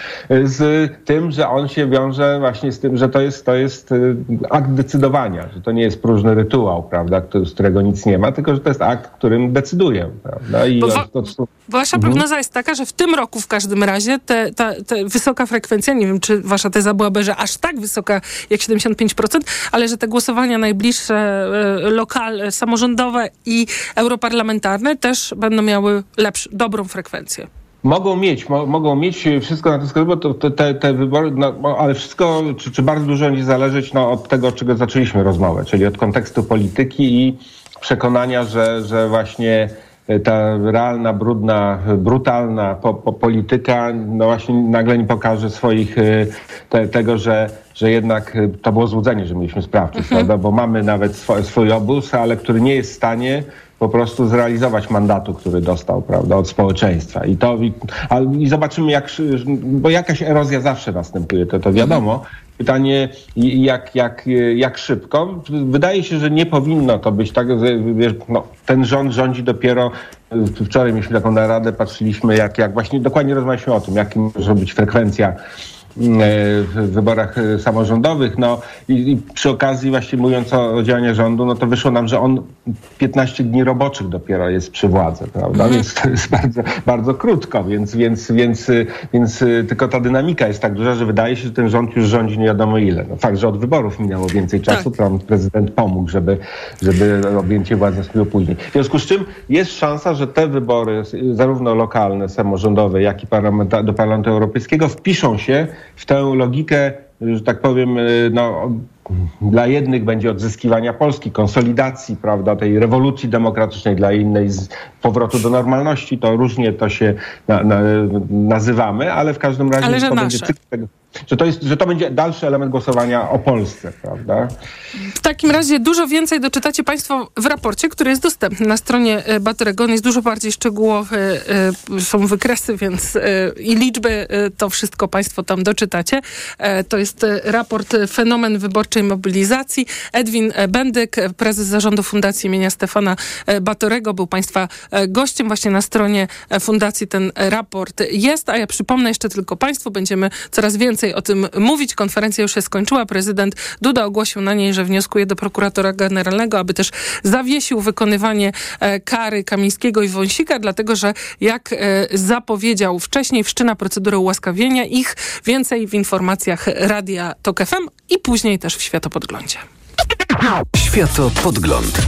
z tym, że on się wiąże właśnie z tym, że to jest, to jest akt decydowania, że to nie jest próżny rytuał, prawda, z którego nic nie ma, tylko że to jest akt, którym decyduję, prawda. I wa- to, to... Wasza mhm. prognoza jest taka, że w tym roku w każdym razie te, ta, te wysoka frekwencja, nie wiem, czy wasza teza byłaby, że aż tak wysoka jak siedemdziesiąt pięć procent, ale że te głosowania najbliższe, e, lokalne, samorządowe i europarlamentarne też będą miały lepszą, dobrą frekwencję. Mogą mieć, mo, mogą mieć wszystko na to wskazuje, bo to, te, te wybory, no, ale wszystko, czy, czy bardzo dużo będzie zależeć no, od tego, od czego zaczęliśmy rozmowę, czyli od kontekstu polityki i przekonania, że, że właśnie ta realna, brudna, brutalna po, po polityka no właśnie nagle nie pokaże swoich, te, tego, że, że jednak to było złudzenie, że mieliśmy sprawczość, mhm. prawda? Bo mamy nawet swój, swój obóz, ale który nie jest w stanie po prostu zrealizować mandatu, który dostał, prawda, od społeczeństwa. I to i, a, i zobaczymy, jak, bo jakaś erozja zawsze następuje, to, to wiadomo. Pytanie, jak, jak, jak szybko. Wydaje się, że nie powinno to być tak, że wiesz, no, ten rząd rządzi dopiero, wczoraj mieliśmy taką naradę, patrzyliśmy, jak, jak właśnie dokładnie rozmawialiśmy o tym, jaka może być frekwencja w wyborach samorządowych, no i, i przy okazji właśnie mówiąc o, o działaniach rządu, no to wyszło nam, że on piętnaście dni roboczych dopiero jest przy władzy, prawda, mm. więc to jest bardzo, bardzo krótko, więc, więc, więc, więc tylko ta dynamika jest tak duża, że wydaje się, że ten rząd już rządzi nie wiadomo ile. No, fakt, że od wyborów minęło więcej czasu, tak. Pan prezydent pomógł, żeby, żeby objęcie władzy nastąpiło później. W związku z czym jest szansa, że te wybory, zarówno lokalne, samorządowe, jak i parlamenta- do Parlamentu Europejskiego wpiszą się w tę logikę, że tak powiem, no, dla jednych będzie odzyskiwania Polski, konsolidacji, prawda, tej rewolucji demokratycznej, dla innej z powrotu do normalności, to różnie to się na, na, nazywamy, ale w każdym razie ale że to nasze. będzie cykl tego, że to jest, że to będzie dalszy element głosowania o Polsce, prawda? W takim razie dużo więcej doczytacie Państwo w raporcie, który jest dostępny na stronie Batorego. On jest dużo bardziej szczegółowy, są wykresy, więc i liczby, to wszystko Państwo tam doczytacie. To jest raport Fenomen wyborczej mobilizacji. Edwin Bendyk, prezes zarządu Fundacji imienia Stefana Batorego, był Państwa gościem. Właśnie na stronie fundacji ten raport jest, a ja przypomnę jeszcze tylko Państwu, będziemy coraz więcej o tym mówić. Konferencja już się skończyła. Prezydent Duda ogłosił na niej, że wnioskuje do prokuratora generalnego, aby też zawiesił wykonywanie e, kary Kamińskiego i Wąsika, dlatego że jak e, zapowiedział wcześniej, wszczyna procedurę ułaskawienia ich. Więcej w informacjach Radia Tok F M i później też w Światopodglądzie. Światopodgląd.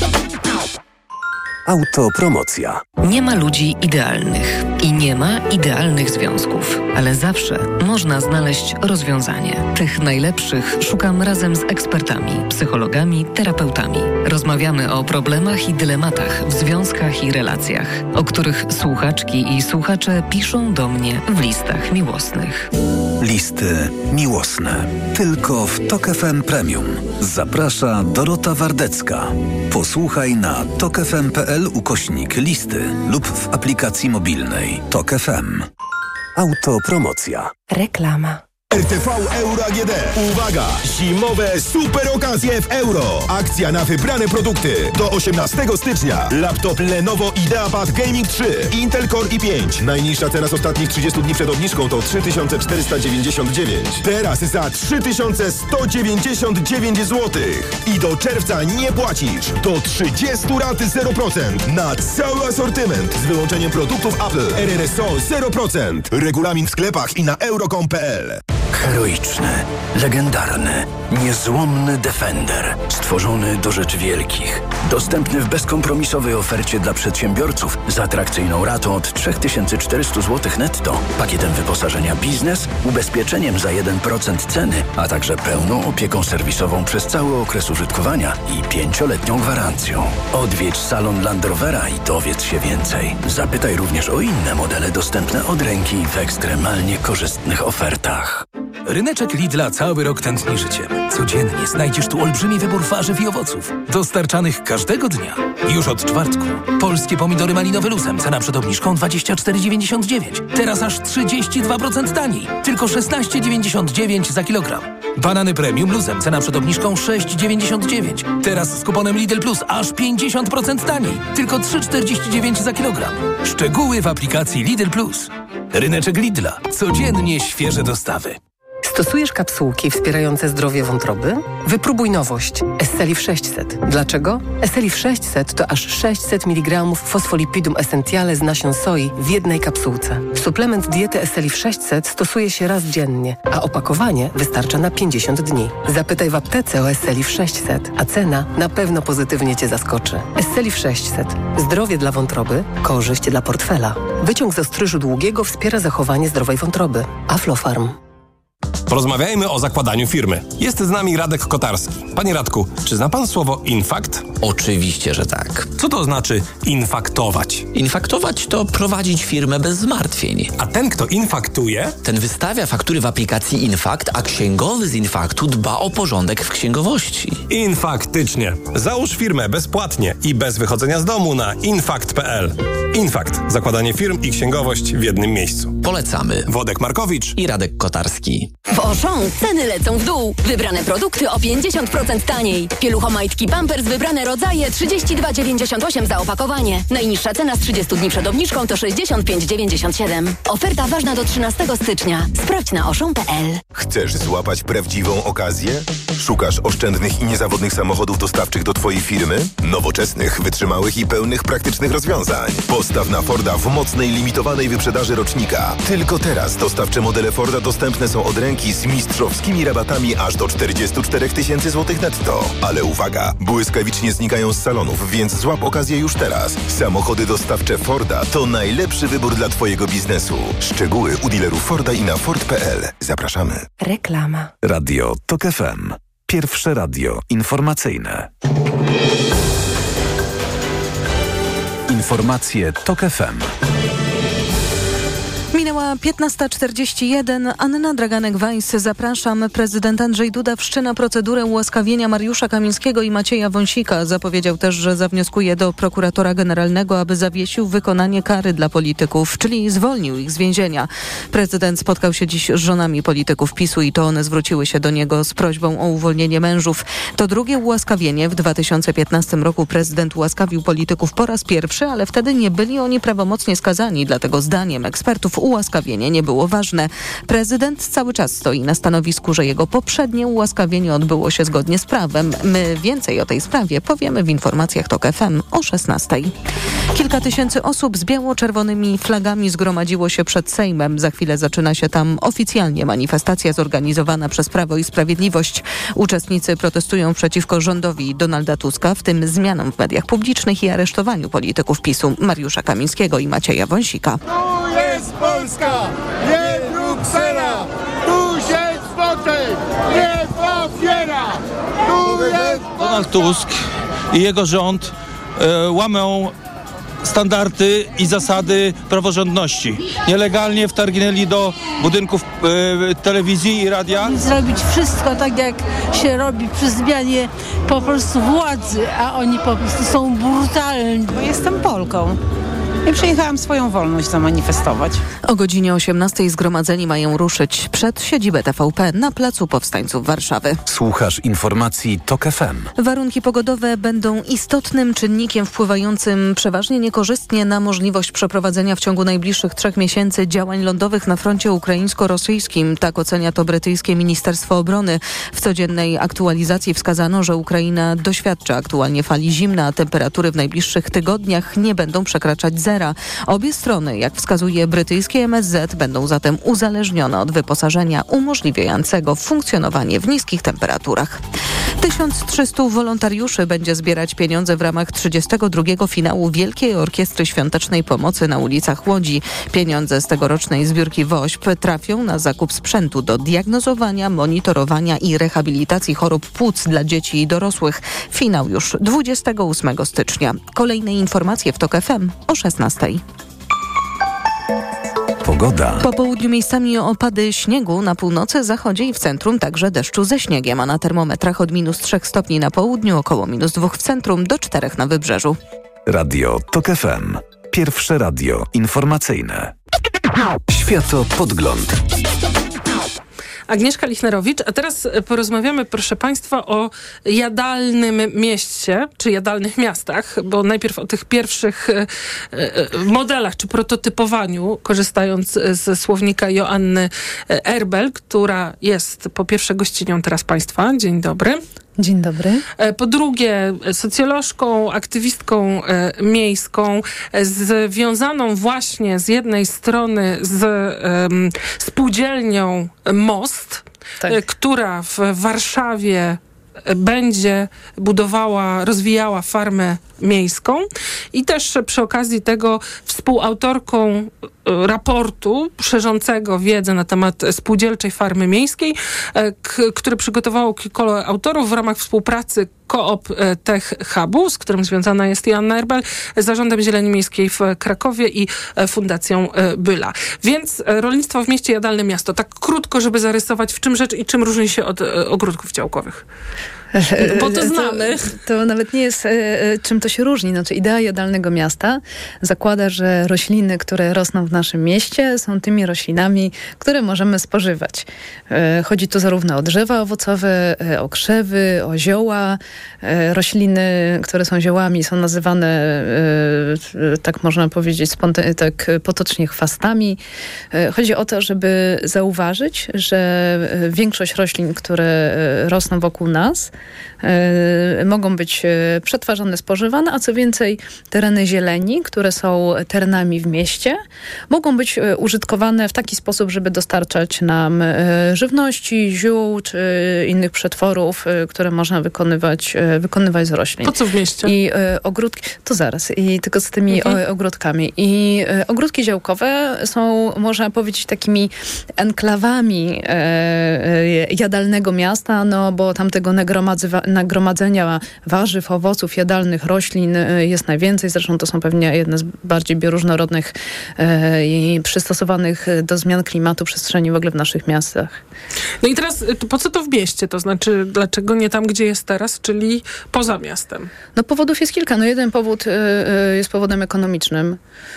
Autopromocja. Nie ma ludzi idealnych i nie ma idealnych związków, ale zawsze można znaleźć rozwiązanie. Tych najlepszych szukam razem z ekspertami, psychologami, terapeutami. Rozmawiamy o problemach i dylematach w związkach i relacjach, o których słuchaczki i słuchacze piszą do mnie w listach miłosnych. Listy miłosne. Tylko w Tok F M Premium. Zaprasza Dorota Wardecka. Posłuchaj na tok f m kropka p l ukośnik listy lub w aplikacji mobilnej Tok F M. Autopromocja. Reklama. R T V Euro A G D. Uwaga! Zimowe super okazje w euro. Akcja na wybrane produkty. Do osiemnastego stycznia. Laptop Lenovo IdeaPad Gaming trzy. Intel Core i pięć. Najniższa cena z ostatnich trzydziestu dni przed obniżką to trzy tysiące czterysta dziewięćdziesiąt dziewięć. Teraz za trzy tysiące sto dziewięćdziesiąt dziewięć złotych. I do czerwca nie płacisz. Do trzydziestu rat zero procent. Na cały asortyment. Z wyłączeniem produktów Apple. R R S O zero procent. Regulamin w sklepach i na euro kropka com kropka p l. Heroiczny, legendarny, niezłomny Defender. Stworzony do rzeczy wielkich. Dostępny w bezkompromisowej ofercie dla przedsiębiorców z atrakcyjną ratą od trzy tysiące czterysta złotych netto, pakietem wyposażenia biznes, ubezpieczeniem za jeden procent ceny, a także pełną opieką serwisową przez cały okres użytkowania i pięcioletnią gwarancją. Odwiedź salon Land Rovera i dowiedz się więcej. Zapytaj również o inne modele dostępne od ręki w ekstremalnie korzystnych ofertach. Ryneczek Lidla cały rok tętni życiem. Codziennie znajdziesz tu olbrzymi wybór warzyw i owoców, dostarczanych każdego dnia. Już od czwartku. Polskie pomidory malinowe luzem, cena przed obniżką dwadzieścia cztery dziewięćdziesiąt dziewięć. Teraz aż trzydzieści dwa procent taniej. Tylko szesnaście dziewięćdziesiąt dziewięć za kilogram. Banany premium luzem, cena przed obniżką sześć dziewięćdziesiąt dziewięć. Teraz z kuponem Lidl Plus aż pięćdziesiąt procent taniej. Tylko trzy czterdzieści dziewięć za kilogram. Szczegóły w aplikacji Lidl Plus. Ryneczek Lidla. Codziennie świeże dostawy. Stosujesz kapsułki wspierające zdrowie wątroby? Wypróbuj nowość. Esselif sześćset. Dlaczego? Esselif sześćset to aż sześćset miligramów fosfolipidum essentiale z nasion soi w jednej kapsułce. Suplement diety Esselif sześćset stosuje się raz dziennie, a opakowanie wystarcza na pięćdziesiąt dni. Zapytaj w aptece o Esselif sześćset, a cena na pewno pozytywnie Cię zaskoczy. Esselif sześćset. Zdrowie dla wątroby, korzyść dla portfela. Wyciąg z ostryżu długiego wspiera zachowanie zdrowej wątroby. Aflofarm. Porozmawiajmy o zakładaniu firmy. Jest z nami Radek Kotarski. Panie Radku, czy zna pan słowo infakt? Oczywiście, że tak. Co to znaczy infaktować? Infaktować to prowadzić firmę bez zmartwień. A ten, kto infaktuje? Ten wystawia faktury w aplikacji Infakt, a księgowy z Infaktu dba o porządek w księgowości. Infaktycznie. Załóż firmę bezpłatnie i bez wychodzenia z domu na infakt kropka p l. Infakt. Zakładanie firm i księgowość w jednym miejscu. Polecamy. Wodek Markowicz i Radek Kotarski. W Auchan ceny lecą w dół. Wybrane produkty o pięćdziesiąt procent taniej. Pieluchomajtki Pampers wybrane rodzaje trzydzieści dwa dziewięćdziesiąt osiem za opakowanie. Najniższa cena z trzydziestu dni przed obniżką to sześćdziesiąt pięć dziewięćdziesiąt siedem. Oferta ważna do trzynastego stycznia. Sprawdź na auchan kropka p l. Chcesz złapać prawdziwą okazję? Szukasz oszczędnych i niezawodnych samochodów dostawczych do Twojej firmy? Nowoczesnych, wytrzymałych i pełnych praktycznych rozwiązań. Postaw na Forda w mocnej, limitowanej wyprzedaży rocznika. Tylko teraz dostawcze modele Forda dostępne są od ręki z mistrzowskimi rabatami aż do czterdzieści cztery tysiące złotych netto. Ale uwaga, błyskawicznie znikają z salonów, więc złap okazję już teraz. Samochody dostawcze Forda to najlepszy wybór dla Twojego biznesu. Szczegóły u dealerów Forda i na ford kropka p l. Zapraszamy. Reklama. Radio TOK F M. Pierwsze radio informacyjne. Informacje TOK F M. Minęła piętnasta czterdzieści jeden. Anna Draganek-Weiss. Zapraszam. Prezydent Andrzej Duda wszczyna procedurę ułaskawienia Mariusza Kamińskiego i Macieja Wąsika. Zapowiedział też, że zawnioskuje do prokuratora generalnego, aby zawiesił wykonanie kary dla polityków, czyli zwolnił ich z więzienia. Prezydent spotkał się dziś z żonami polityków PiSu i to one zwróciły się do niego z prośbą o uwolnienie mężów. To drugie ułaskawienie. W dwa tysiące piętnastym roku prezydent ułaskawił polityków po raz pierwszy, ale wtedy nie byli oni prawomocnie skazani, dlatego zdaniem ekspertów ułaskawienie nie było ważne. Prezydent cały czas stoi na stanowisku, że jego poprzednie ułaskawienie odbyło się zgodnie z prawem. My więcej o tej sprawie powiemy w informacjach TOK F M o szesnastej. Kilka tysięcy osób z biało-czerwonymi flagami zgromadziło się przed Sejmem. Za chwilę zaczyna się tam oficjalnie manifestacja zorganizowana przez Prawo i Sprawiedliwość. Uczestnicy protestują przeciwko rządowi Donalda Tuska, w tym zmianom w mediach publicznych i aresztowaniu polityków PiSu Mariusza Kamińskiego i Macieja Wąsika. Tu jest Polska, nie Bruksela! Tu się spoczek, nie papiera! Tu jest Polska! Donald Tusk i jego rząd e, łamią standardy i zasady praworządności. Nielegalnie wtargnęli do budynków e, telewizji i radia. Zrobić wszystko tak, jak się robi przy zmianie po prostu władzy, a oni po prostu są brutalni. Bo jestem Polką. I przyjechałam swoją wolność zamanifestować. O godzinie osiemnastej zgromadzeni mają ruszyć przed siedzibę T V P na Placu Powstańców Warszawy. Słuchasz informacji TOK F M. Warunki pogodowe będą istotnym czynnikiem wpływającym przeważnie niekorzystnie na możliwość przeprowadzenia w ciągu najbliższych trzech miesięcy działań lądowych na froncie ukraińsko-rosyjskim. Tak ocenia to brytyjskie Ministerstwo Obrony. W codziennej aktualizacji wskazano, że Ukraina doświadcza aktualnie fali zimna, a temperatury w najbliższych tygodniach nie będą przekraczać zera. Obie strony, jak wskazuje brytyjskie M S Z, będą zatem uzależnione od wyposażenia umożliwiającego funkcjonowanie w niskich temperaturach. tysiąc trzysta wolontariuszy będzie zbierać pieniądze w ramach trzydziestego drugiego finału Wielkiej Orkiestry Świątecznej Pomocy na ulicach Łodzi. Pieniądze z tegorocznej zbiórki W O Ś P trafią na zakup sprzętu do diagnozowania, monitorowania i rehabilitacji chorób płuc dla dzieci i dorosłych. Finał już dwudziestego ósmego stycznia. Kolejne informacje w TOK F M o szesnastej. Pogoda. Po południu miejscami opady śniegu, na północy, zachodzie i w centrum także deszczu ze śniegiem, a na termometrach od minus trzech stopni na południu, około minus dwóch w centrum, do czterech na wybrzeżu. Radio TOK F M. Pierwsze radio informacyjne. Światopodgląd. Agnieszka Lichnerowicz, a teraz porozmawiamy, proszę Państwa, o jadalnym mieście, czy jadalnych miastach, bo najpierw o tych pierwszych modelach, czy prototypowaniu, korzystając ze słownika Joanny Erbel, która jest po pierwsze gościnią teraz Państwa. Dzień dobry. Dzień dobry. Po drugie, socjolożką, aktywistką e, miejską, e, związaną właśnie z jednej strony z e, spółdzielnią Most, tak. e, która w Warszawie będzie budowała, rozwijała farmę miejską i też przy okazji tego współautorką raportu szerzącego wiedzę na temat spółdzielczej farmy miejskiej, k- który przygotowało kilku autorów w ramach współpracy Coop Tech Hubu, z którym związana jest Joanna Erbel, Zarządem Zieleni Miejskiej w Krakowie i Fundacją Byla. Więc rolnictwo w mieście, jadalne miasto. Tak krótko, żeby zarysować, w czym rzecz i czym różni się od ogródków działkowych. Bo to znamy. To, to nawet nie jest, czym to się różni. Znaczy, idea jadalnego miasta zakłada, że rośliny, które rosną w naszym mieście, są tymi roślinami, które możemy spożywać. Chodzi tu zarówno o drzewa owocowe, o krzewy, o zioła. Rośliny, które są ziołami, są nazywane, tak można powiedzieć, spontan- tak potocznie chwastami. Chodzi o to, żeby zauważyć, że większość roślin, które rosną wokół nas, mogą być przetwarzane, spożywane, a co więcej, tereny zieleni, które są terenami w mieście, mogą być użytkowane w taki sposób, żeby dostarczać nam żywności, ziół czy innych przetworów, które można wykonywać, wykonywać z roślin. Po co w mieście? I ogródki, to zaraz, i tylko z tymi mhm. ogródkami. I ogródki działkowe są, można powiedzieć, takimi enklawami jadalnego miasta, no bo tam tego nagromadzenia warzyw, owoców, jadalnych roślin jest najwięcej. Zresztą to są pewnie jedne z bardziej bioróżnorodnych e, i przystosowanych do zmian klimatu przestrzeni w ogóle w naszych miastach. No i teraz po co to w mieście? To znaczy, dlaczego nie tam, gdzie jest teraz, czyli poza miastem? No powodów jest kilka. No jeden powód e, jest powodem ekonomicznym.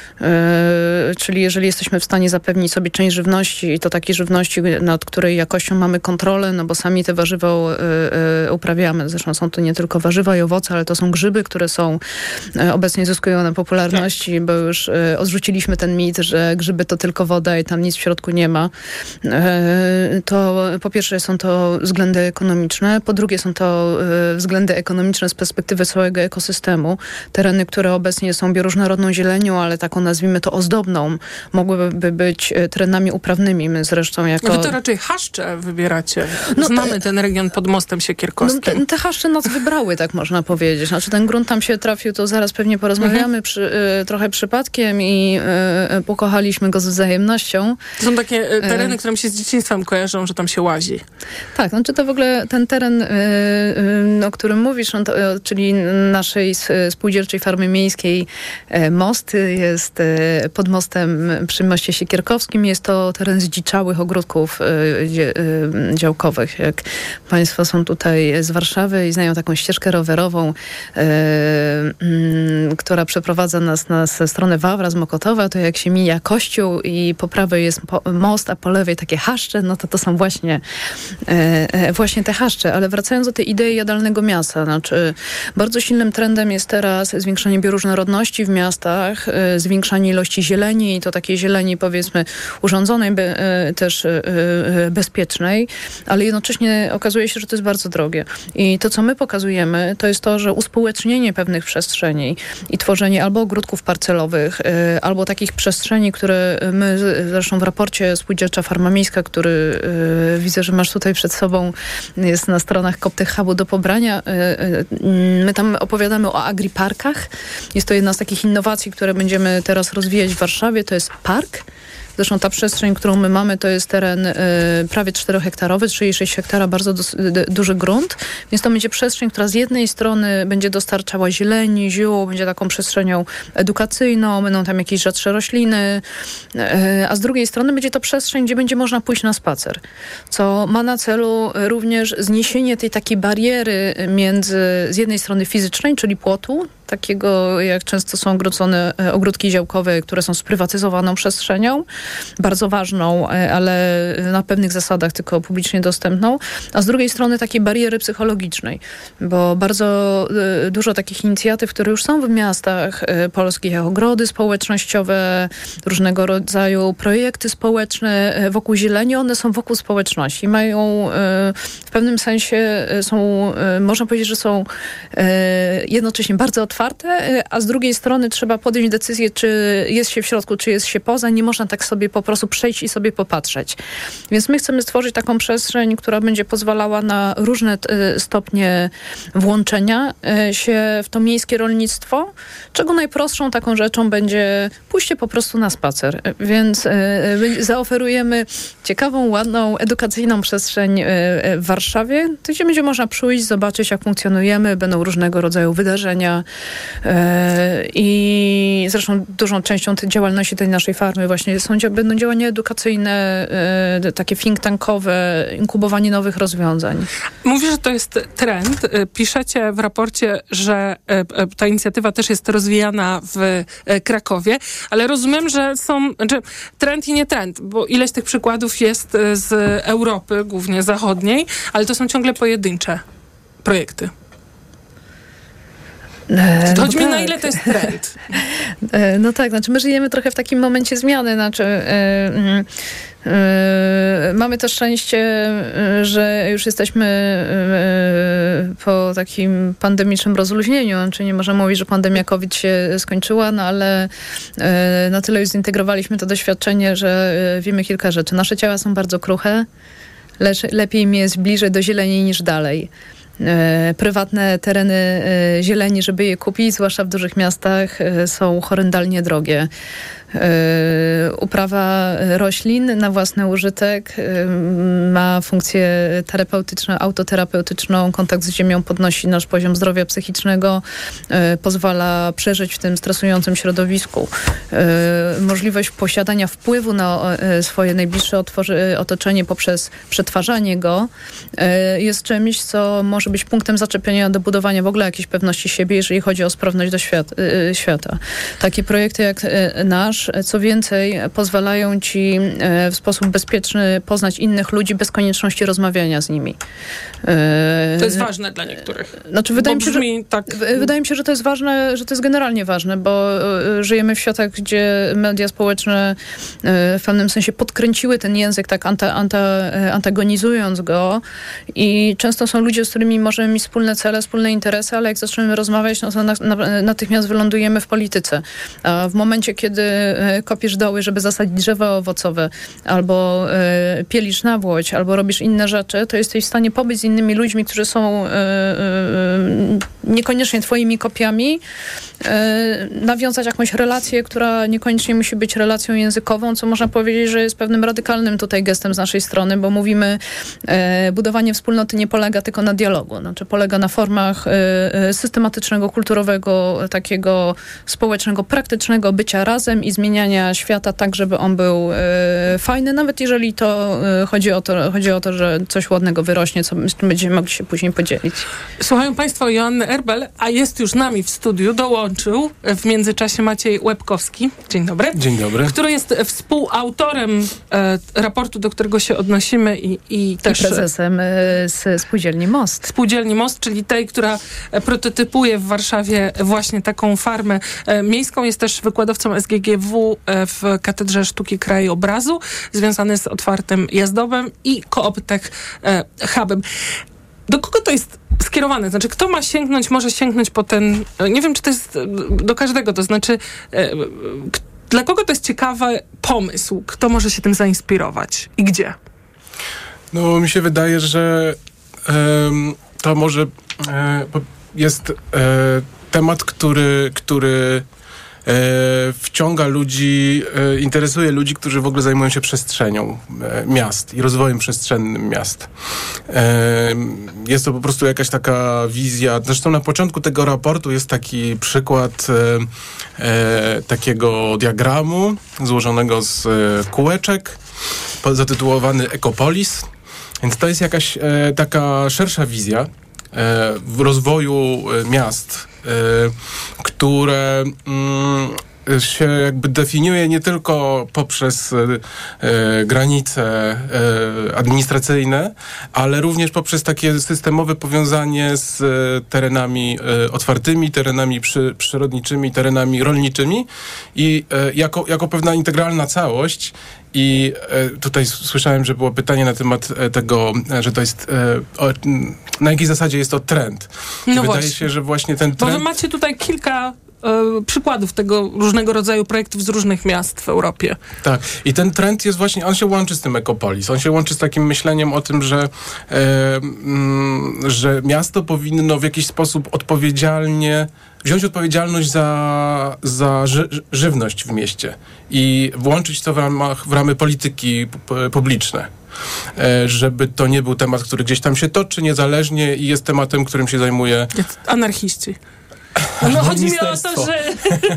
E, czyli jeżeli jesteśmy w stanie zapewnić sobie część żywności i to takiej żywności, nad której jakością mamy kontrolę, no bo sami te warzywa e, e, uprawiamy. Zresztą są to nie tylko warzywa i owoce, ale to są grzyby, które są e, obecnie zyskują na popularności, tak. bo już e, odrzuciliśmy ten mit, że grzyby to tylko woda i tam nic w środku nie ma. E, to po pierwsze są to względy ekonomiczne, po drugie są to e, względy ekonomiczne z perspektywy całego ekosystemu. Tereny, które obecnie są bioróżnorodną zielenią, ale taką nazwijmy to ozdobną, mogłyby być terenami uprawnymi. My zresztą jako... Wy to raczej chaszcze wybieracie. No, Znamy ten region pod Mostem Siekierkowskim. No, te, te chaszcze nas wybrały, tak można powiedzieć. Znaczy ten grunt tam się trafił, to zaraz pewnie porozmawiamy mhm. przy, y, trochę przypadkiem i y, pokochaliśmy go z wzajemnością. To są takie y, tereny, które mi się z dzieciństwem kojarzą, że tam się łazi. Tak, znaczy to w ogóle ten teren, y, y, o którym mówisz, on to, y, czyli naszej spółdzielczej farmy miejskiej y, Most jest y, pod mostem przy Moście Siekierkowskim. Jest to teren zdziczałych ogródków y, y, działkowych. Jak Państwo są tutaj z Warszawy i znają taką ścieżkę rowerową, e, m, która przeprowadza nas na stronę Wawra z Mokotowa, to jak się mija kościół i po prawej jest po, most, a po lewej takie chaszcze, no to to są właśnie, e, właśnie te chaszcze. Ale wracając do tej idei jadalnego miasta, znaczy bardzo silnym trendem jest teraz zwiększanie bioróżnorodności w miastach, e, zwiększanie ilości zieleni i to takiej zieleni powiedzmy urządzonej, be, e, też e, bezpiecznej, ale jednocześnie okazuje się, że to jest bardzo drogie. I to, co my pokazujemy, to jest to, że uspołecznienie pewnych przestrzeni i tworzenie albo ogródków parcelowych, y, albo takich przestrzeni, które my, zresztą w raporcie Spółdzielcza Farma Miejska, który y, widzę, że masz tutaj przed sobą, jest na stronach Coptech Hubu do pobrania. Y, y, my tam opowiadamy o agriparkach. Jest to jedna z takich innowacji, które będziemy teraz rozwijać w Warszawie. To jest park. Zresztą ta przestrzeń, którą my mamy, to jest teren y, prawie czterohektarowy, trzy i sześć hektara, bardzo dos, d, duży grunt. Więc to będzie przestrzeń, która z jednej strony będzie dostarczała zieleni, ziół, będzie taką przestrzenią edukacyjną, będą tam jakieś rzadsze rośliny, y, a z drugiej strony będzie to przestrzeń, gdzie będzie można pójść na spacer, co ma na celu również zniesienie tej takiej bariery między z jednej strony fizycznej, czyli płotu, takiego jak często są ogrodzone ogródki działkowe, które są sprywatyzowaną przestrzenią, bardzo ważną, ale na pewnych zasadach tylko publicznie dostępną, a z drugiej strony takiej bariery psychologicznej, bo bardzo dużo takich inicjatyw, które już są w miastach polskich, jak ogrody społecznościowe, różnego rodzaju projekty społeczne wokół zieleni, one są wokół społeczności. Mają w pewnym sensie są, można powiedzieć, że są jednocześnie bardzo otwarte, a z drugiej strony trzeba podjąć decyzję, czy jest się w środku, czy jest się poza. Nie można tak sobie po prostu przejść i sobie popatrzeć. Więc my chcemy stworzyć taką przestrzeń, która będzie pozwalała na różne stopnie włączenia się w to miejskie rolnictwo, czego najprostszą taką rzeczą będzie pójście po prostu na spacer. Więc zaoferujemy ciekawą, ładną, edukacyjną przestrzeń w Warszawie, gdzie będzie można przyjść, zobaczyć, jak funkcjonujemy. Będą różnego rodzaju wydarzenia i zresztą dużą częścią tej działalności tej naszej farmy właśnie są, będą działania edukacyjne, takie think tankowe, inkubowanie nowych rozwiązań. Mówisz, że to jest trend. Piszecie w raporcie, że ta inicjatywa też jest rozwijana w Krakowie, ale rozumiem, że są że trend i nie trend, bo ileś tych przykładów jest z Europy, głównie zachodniej, ale to są ciągle pojedyncze projekty. To chodzi no mi, tak. na ile to jest trend. No tak, znaczy my żyjemy trochę w takim momencie zmiany, znaczy yy, yy, mamy to szczęście, yy, że już jesteśmy yy, po takim pandemicznym rozluźnieniu, znaczy nie możemy mówić, że pandemia COVID się skończyła, no ale yy, na tyle już zintegrowaliśmy to doświadczenie, że yy, wiemy kilka rzeczy. Nasze ciała są bardzo kruche, lecz lepiej mi jest bliżej do zieleni niż dalej. Prywatne tereny zieleni, żeby je kupić, zwłaszcza w dużych miastach, są horrendalnie drogie. Uprawa roślin na własny użytek ma funkcję terapeutyczną, autoterapeutyczną. Kontakt z ziemią podnosi nasz poziom zdrowia psychicznego, pozwala przeżyć w tym stresującym środowisku. Możliwość posiadania wpływu na swoje najbliższe otoczenie poprzez przetwarzanie go jest czymś, co może być punktem zaczepienia do budowania w ogóle jakiejś pewności siebie, jeżeli chodzi o sprawność do świata. Takie projekty jak nasz, co więcej, pozwalają ci w sposób bezpieczny poznać innych ludzi bez konieczności rozmawiania z nimi. To jest ważne dla niektórych. Znaczy, wydaje, mi się, że, tak... wydaje mi się, że to jest ważne, że to jest generalnie ważne, bo żyjemy w światach, gdzie media społeczne w pewnym sensie podkręciły ten język, tak anta, anta, antagonizując go i często są ludzie, z którymi możemy mieć wspólne cele, wspólne interesy, ale jak zaczniemy rozmawiać, no to na, na, natychmiast wylądujemy w polityce. A w momencie, kiedy kopiesz doły, żeby zasadzić drzewa owocowe, albo e, pielisz nawłoć, albo robisz inne rzeczy, to jesteś w stanie pobyć z innymi ludźmi, którzy są e, e, niekoniecznie twoimi kopiami, e, nawiązać jakąś relację, która niekoniecznie musi być relacją językową, co można powiedzieć, że jest pewnym radykalnym tutaj gestem z naszej strony, bo mówimy, e, budowanie wspólnoty nie polega tylko na dialogu, znaczy polega na formach e, systematycznego, kulturowego, takiego społecznego, praktycznego bycia razem i zmieniania świata tak, żeby on był e, fajny, nawet jeżeli to e, chodzi o to, chodzi o to, że coś ładnego wyrośnie, co, z czym będziemy mogli się później podzielić. Słuchają Państwo Joanny Erbel, a jest już z nami w studiu, dołączył w międzyczasie Maciej Łebkowski. Dzień dobry. Dzień dobry. Który jest współautorem e, raportu, do którego się odnosimy i, i też... I prezesem e, z Spółdzielni Most. Spółdzielni Most, czyli tej, która prototypuje w Warszawie właśnie taką farmę e, miejską. Jest też wykładowcą S G G W e, w Katedrze Sztuki Krajobrazu, związany z otwartym jazdowem i Cooptech e, Hubem. Do kogo to jest skierowane? Znaczy, kto ma sięgnąć, może sięgnąć po ten... Nie wiem, czy to jest do każdego, to znaczy... E, dla kogo to jest ciekawy pomysł? Kto może się tym zainspirować? I gdzie? No, mi się wydaje, że um, to może e, jest e, temat, który, który e, wciąga ludzi, e, interesuje ludzi, którzy w ogóle zajmują się przestrzenią e, miast i rozwojem przestrzennym miast. E, jest to po prostu jakaś taka wizja. Zresztą na początku tego raportu jest taki przykład e, e, takiego diagramu złożonego z e, kółeczek, zatytułowany Ecopolis. Więc to jest jakaś e, taka szersza wizja e, w rozwoju e, miast, e, które mm, się jakby definiuje nie tylko poprzez e, e, granice e, administracyjne, ale również poprzez takie systemowe powiązanie z e, terenami e, otwartymi, terenami przy, przyrodniczymi, terenami rolniczymi i e, jako, jako pewna integralna całość. I e, tutaj słyszałem, że było pytanie na temat e, tego, e, że to jest, e, o, na jakiej zasadzie jest to trend. No Wydaje właśnie. się, że właśnie ten trend... Bo wy macie tutaj kilka e, przykładów tego różnego rodzaju projektów z różnych miast w Europie. Tak. I ten trend jest właśnie, on się łączy z tym Ecopolis. On się łączy z takim myśleniem o tym, że, e, mm, że miasto powinno w jakiś sposób odpowiedzialnie wziąć odpowiedzialność za, za ży, żywność w mieście i włączyć to w, ramach, w ramy polityki p- publiczne. E, żeby to nie był temat, który gdzieś tam się toczy niezależnie i jest tematem, którym się zajmuje... Anarchiści. No chodzi mi o to, że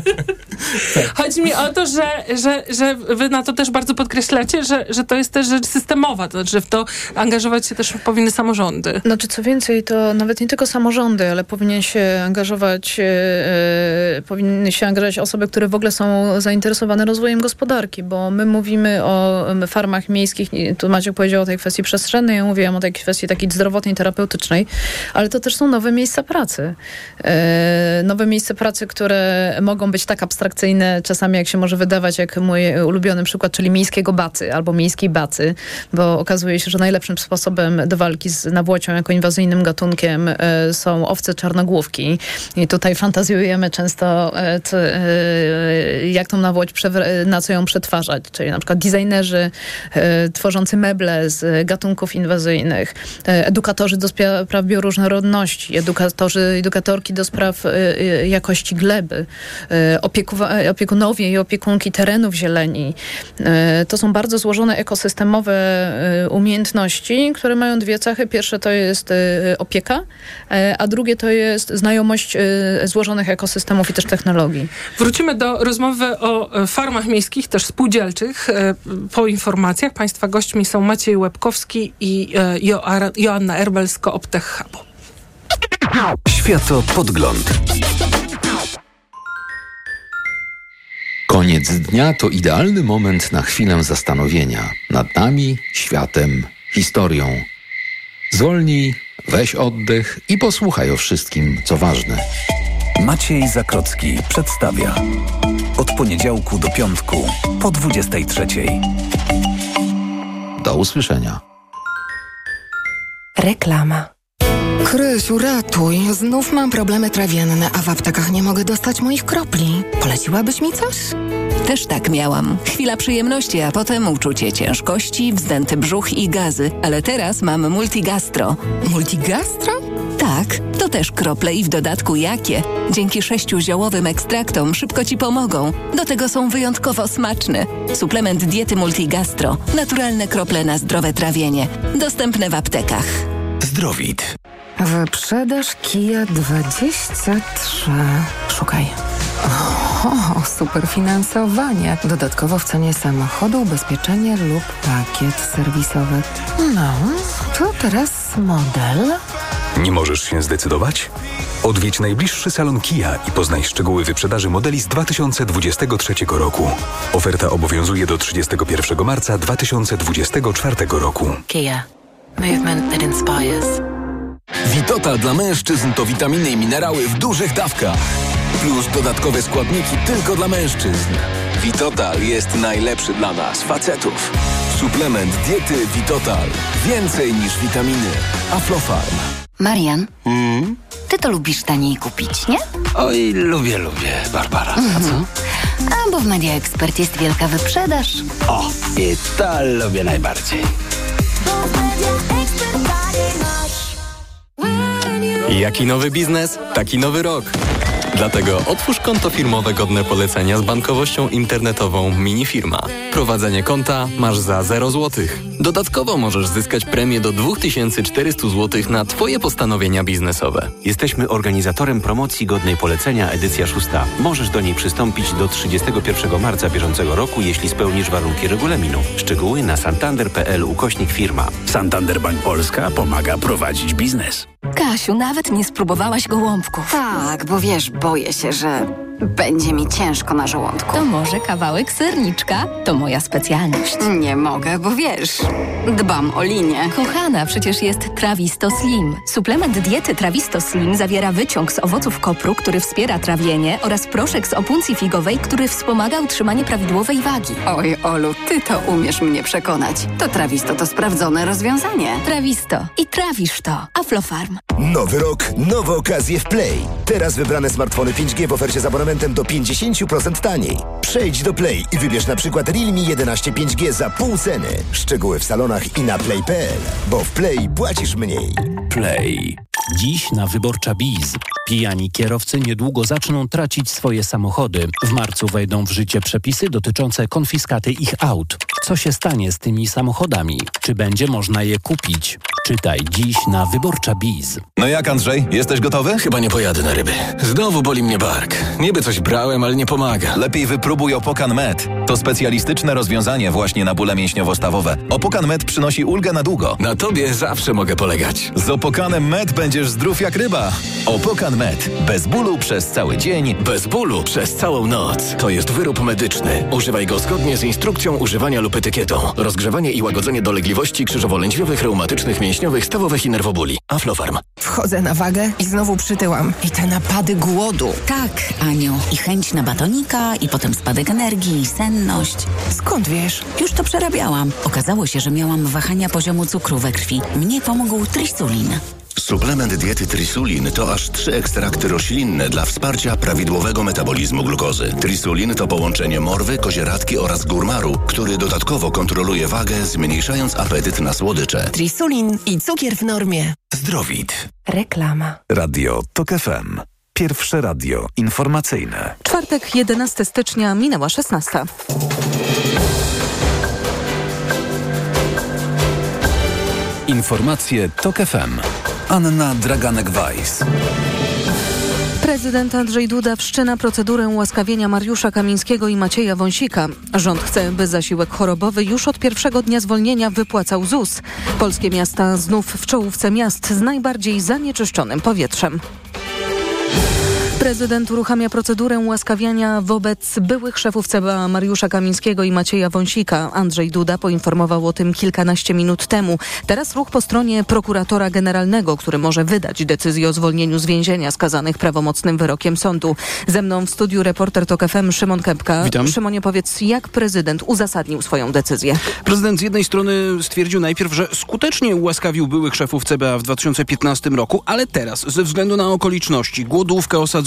chodzi mi o to, że, że, że wy na to też bardzo podkreślacie, że, że to jest też rzecz systemowa, to znaczy, że w to angażować się też powinny samorządy. Znaczy, co więcej, to nawet nie tylko samorządy, ale powinien się angażować, e, powinny się angażować osoby, które w ogóle są zainteresowane rozwojem gospodarki, bo my mówimy o farmach miejskich, tu Maciek powiedział o tej kwestii przestrzennej, ja mówiłam o tej kwestii takiej zdrowotnej, terapeutycznej, ale to też są nowe miejsca pracy. E, nowe miejsca pracy, które mogą być tak abstrakcyjne czasami, jak się może wydawać, jak mój ulubiony przykład, czyli miejskiego bacy albo miejskiej bacy, bo okazuje się, że najlepszym sposobem do walki z nawłocią jako inwazyjnym gatunkiem y, są owce czarnogłówki. I tutaj fantazjujemy często, y, t, y, jak tą nawłoć, przew- na co ją przetwarzać. Czyli na przykład designerzy y, tworzący meble z gatunków inwazyjnych, y, edukatorzy do spraw bioróżnorodności, edukatorzy, edukatorki do spraw y, jakości gleby, Opiekuwa- opiekunowie i opiekunki terenów zieleni. To są bardzo złożone ekosystemowe umiejętności, które mają dwie cechy. Pierwsze to jest opieka, a drugie to jest znajomość złożonych ekosystemów i też technologii. Wrócimy do rozmowy o farmach miejskich, też spółdzielczych. Po informacjach Państwa gośćmi są Maciej Łebkowski i jo- Joanna Erbel z Cooptech Hubu. Światopodgląd. Koniec dnia to idealny moment na chwilę zastanowienia nad nami, światem, historią. Zwolnij, weź oddech i posłuchaj o wszystkim, co ważne. Maciej Zakrocki przedstawia. Od poniedziałku do piątku po dwudziestej trzeciej. Do usłyszenia. Reklama. Krysiu, ratuj. Znów mam problemy trawienne, a w aptekach nie mogę dostać moich kropli. Poleciłabyś mi coś? Też tak miałam. Chwila przyjemności, a potem uczucie ciężkości, wzdęty brzuch i gazy. Ale teraz mam Multigastro. Multigastro? Tak, to też krople i w dodatku jakie. Dzięki sześciu ziołowym ekstraktom szybko Ci pomogą. Do tego są wyjątkowo smaczne. Suplement diety Multigastro. Naturalne krople na zdrowe trawienie. Dostępne w aptekach. Zdrowit. Wyprzedaż Kia dwadzieścia trzy. Szukaj. O, super finansowanie. Dodatkowo w cenie samochodu ubezpieczenie lub pakiet serwisowy. No, to teraz model. Nie możesz się zdecydować? Odwiedź najbliższy salon Kia i poznaj szczegóły wyprzedaży modeli z dwa tysiące dwudziestego trzeciego roku. Oferta obowiązuje do trzydziestego pierwszego marca dwa tysiące dwudziestego czwartego roku. Kia. Movement that inspires. Vitotal dla mężczyzn to witaminy i minerały w dużych dawkach. Plus dodatkowe składniki tylko dla mężczyzn. Vitotal jest najlepszy dla nas, facetów. Suplement diety Vitotal. Więcej niż witaminy. Aflofarm. Marian, Mm? ty to lubisz taniej kupić, nie? Oj, lubię, lubię, Barbara. A co? A bo w Media Expert jest wielka wyprzedaż. O, i to lubię najbardziej. Jaki nowy biznes, taki nowy rok. Dlatego otwórz konto firmowe godne polecenia z bankowością internetową Minifirma. Prowadzenie konta masz za zero złotych. Dodatkowo możesz zyskać premię do dwa tysiące czterysta złotych na Twoje postanowienia biznesowe. Jesteśmy organizatorem promocji godnej polecenia edycja szósta. Możesz do niej przystąpić do trzydziestego pierwszego marca bieżącego roku, jeśli spełnisz warunki regulaminu. Szczegóły na santander.pl ukośnik firma. Santander Bank Polska pomaga prowadzić biznes. Kasiu, nawet nie spróbowałaś gołąbków. Tak, bo wiesz, boję się, że będzie mi ciężko na żołądku. To może kawałek serniczka? To moja specjalność. Nie mogę, bo wiesz, dbam o linię. Kochana, przecież jest Trawisto Slim. Suplement diety Trawisto Slim zawiera wyciąg z owoców kopru, który wspiera trawienie, oraz proszek z opuncji figowej, który wspomaga utrzymanie prawidłowej wagi. Oj, Olu, ty to umiesz mnie przekonać. To Trawisto to sprawdzone rozwiązanie. Trawisto. I trawisz to. Aflofarm. Nowy rok, nowe okazje w Play. Teraz wybrane smartfony pięć G w ofercie z abonamentem do pięćdziesiąt procent taniej. Przejdź do Play i wybierz na przykład Realme jedenaście pięć G za pół ceny. Szczegóły w salonach i na play kropka p l, bo w Play płacisz mniej. Play. Dziś na Wyborcza Biz. Pijani kierowcy niedługo zaczną tracić swoje samochody. W marcu wejdą w życie przepisy dotyczące konfiskaty ich aut. Co się stanie z tymi samochodami? Czy będzie można je kupić? Czytaj dziś na Wyborcza Biz. No jak, Andrzej? Jesteś gotowy? Chyba nie pojadę na ryby. Znowu boli mnie bark. Niby coś brałem, ale nie pomaga. Lepiej wypróbuj Opokan Med. To specjalistyczne rozwiązanie właśnie na bóle mięśniowo-stawowe. Opokan Med przynosi ulgę na długo. Na tobie zawsze mogę polegać. Z Opokanem Med będziesz zdrów jak ryba. Opokan Med. Bez bólu przez cały dzień. Bez bólu przez całą noc. To jest wyrób medyczny. Używaj go zgodnie z instrukcją używania lub etykietą. Rozgrzewanie i łagodzenie dolegliwości krzyżowo-lędźwiowych, reumatycznych, mięśniowych, stawowych i nerwobóli. Aflofarm. Wchodzę na wagę i znowu przytyłam. I te napady głodu. Tak, Aniu. I chęć na batonika, i potem spadek energii, i senność. Skąd wiesz? Już to przerabiałam. Okazało się, że miałam wahania poziomu cukru we krwi. Mnie pomógł Trisulin. Suplement diety Trisulin to aż trzy ekstrakty roślinne dla wsparcia prawidłowego metabolizmu glukozy. Trisulin to połączenie morwy, kozieradki oraz górmaru, który dodatkowo kontroluje wagę, zmniejszając apetyt na słodycze. Trisulin i cukier w normie. Zdrowit. Reklama. Radio TOK F M. Pierwsze radio informacyjne. Czwartek, jedenastego stycznia, minęła szesnasta. Informacje TOK F M. Anna Draganek-Weiss. Prezydent Andrzej Duda wszczyna procedurę ułaskawienia Mariusza Kamińskiego i Macieja Wąsika. Rząd chce, by zasiłek chorobowy już od pierwszego dnia zwolnienia wypłacał Z U S. Polskie miasta znów w czołówce miast z najbardziej zanieczyszczonym powietrzem. Prezydent uruchamia procedurę ułaskawiania wobec byłych szefów C B A Mariusza Kamińskiego i Macieja Wąsika. Andrzej Duda poinformował o tym kilkanaście minut temu. Teraz ruch po stronie prokuratora generalnego, który może wydać decyzję o zwolnieniu z więzienia skazanych prawomocnym wyrokiem sądu. Ze mną w studiu reporter TOK F M Szymon Kępka. Witam. Szymonie, powiedz, jak prezydent uzasadnił swoją decyzję? Prezydent z jednej strony stwierdził najpierw, że skutecznie ułaskawił byłych szefów C B A w dwa tysiące piętnastym roku, ale teraz ze względu na okoliczności, głodówkę osadzoną,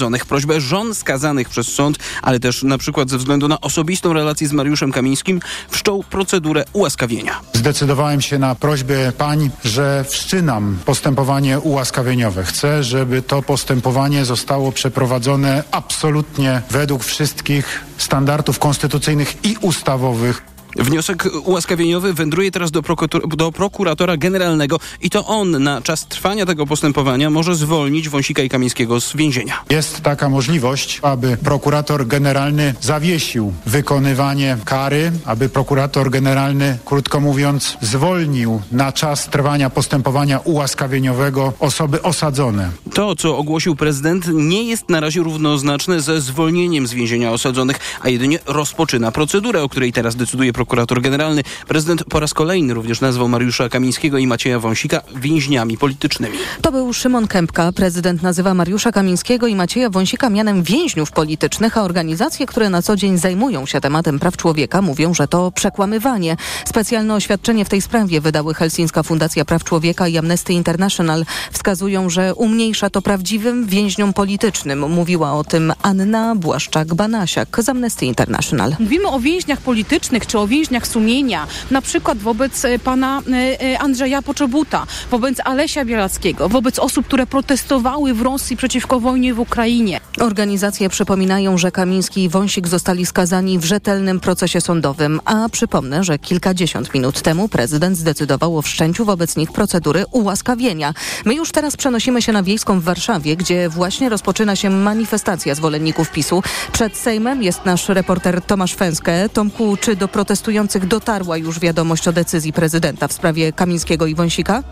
osadzonych, prośbę żon skazanych przez sąd, ale też na przykład ze względu na osobistą relację z Mariuszem Kamińskim, wszczął procedurę ułaskawienia. Zdecydowałem się na prośbę pań, że wszczynam postępowanie ułaskawieniowe. Chcę, żeby to postępowanie zostało przeprowadzone absolutnie według wszystkich standardów konstytucyjnych i ustawowych. Wniosek ułaskawieniowy wędruje teraz do, prokurator- do prokuratora generalnego i to on na czas trwania tego postępowania może zwolnić Wąsika i Kamińskiego z więzienia. Jest taka możliwość, aby prokurator generalny zawiesił wykonywanie kary, aby prokurator generalny, krótko mówiąc, zwolnił na czas trwania postępowania ułaskawieniowego osoby osadzone. To, co ogłosił prezydent, nie jest na razie równoznaczne ze zwolnieniem z więzienia osadzonych, a jedynie rozpoczyna procedurę, o której teraz decyduje prokurator generalny. Prezydent po raz kolejny również nazwał Mariusza Kamińskiego i Macieja Wąsika więźniami politycznymi. To był Szymon Kępka. Prezydent nazywa Mariusza Kamińskiego i Macieja Wąsika mianem więźniów politycznych, a organizacje, które na co dzień zajmują się tematem praw człowieka, mówią, że to przekłamywanie. Specjalne oświadczenie w tej sprawie wydały Helsińska Fundacja Praw Człowieka i Amnesty International. Wskazują, że umniejsza to prawdziwym więźniom politycznym. Mówiła o tym Anna Błaszczak-Banasiak z Amnesty International. Mówimy o więźniach politycznych czy o więźniach sumienia, na przykład wobec pana Andrzeja Poczobuta, wobec Alesia Białackiego, wobec osób, które protestowały w Rosji przeciwko wojnie w Ukrainie. Organizacje przypominają, że Kamiński i Wąsik zostali skazani w rzetelnym procesie sądowym, a przypomnę, że kilkadziesiąt minut temu prezydent zdecydował o wszczęciu wobec nich procedury ułaskawienia. My już teraz przenosimy się na Wiejską w Warszawie, gdzie właśnie rozpoczyna się manifestacja zwolenników PiSu. Przed Sejmem jest nasz reporter Tomasz Fęskę. Tomku, czy do protestujących dotarła już wiadomość o decyzji prezydenta w sprawie Kamińskiego i Wąsika?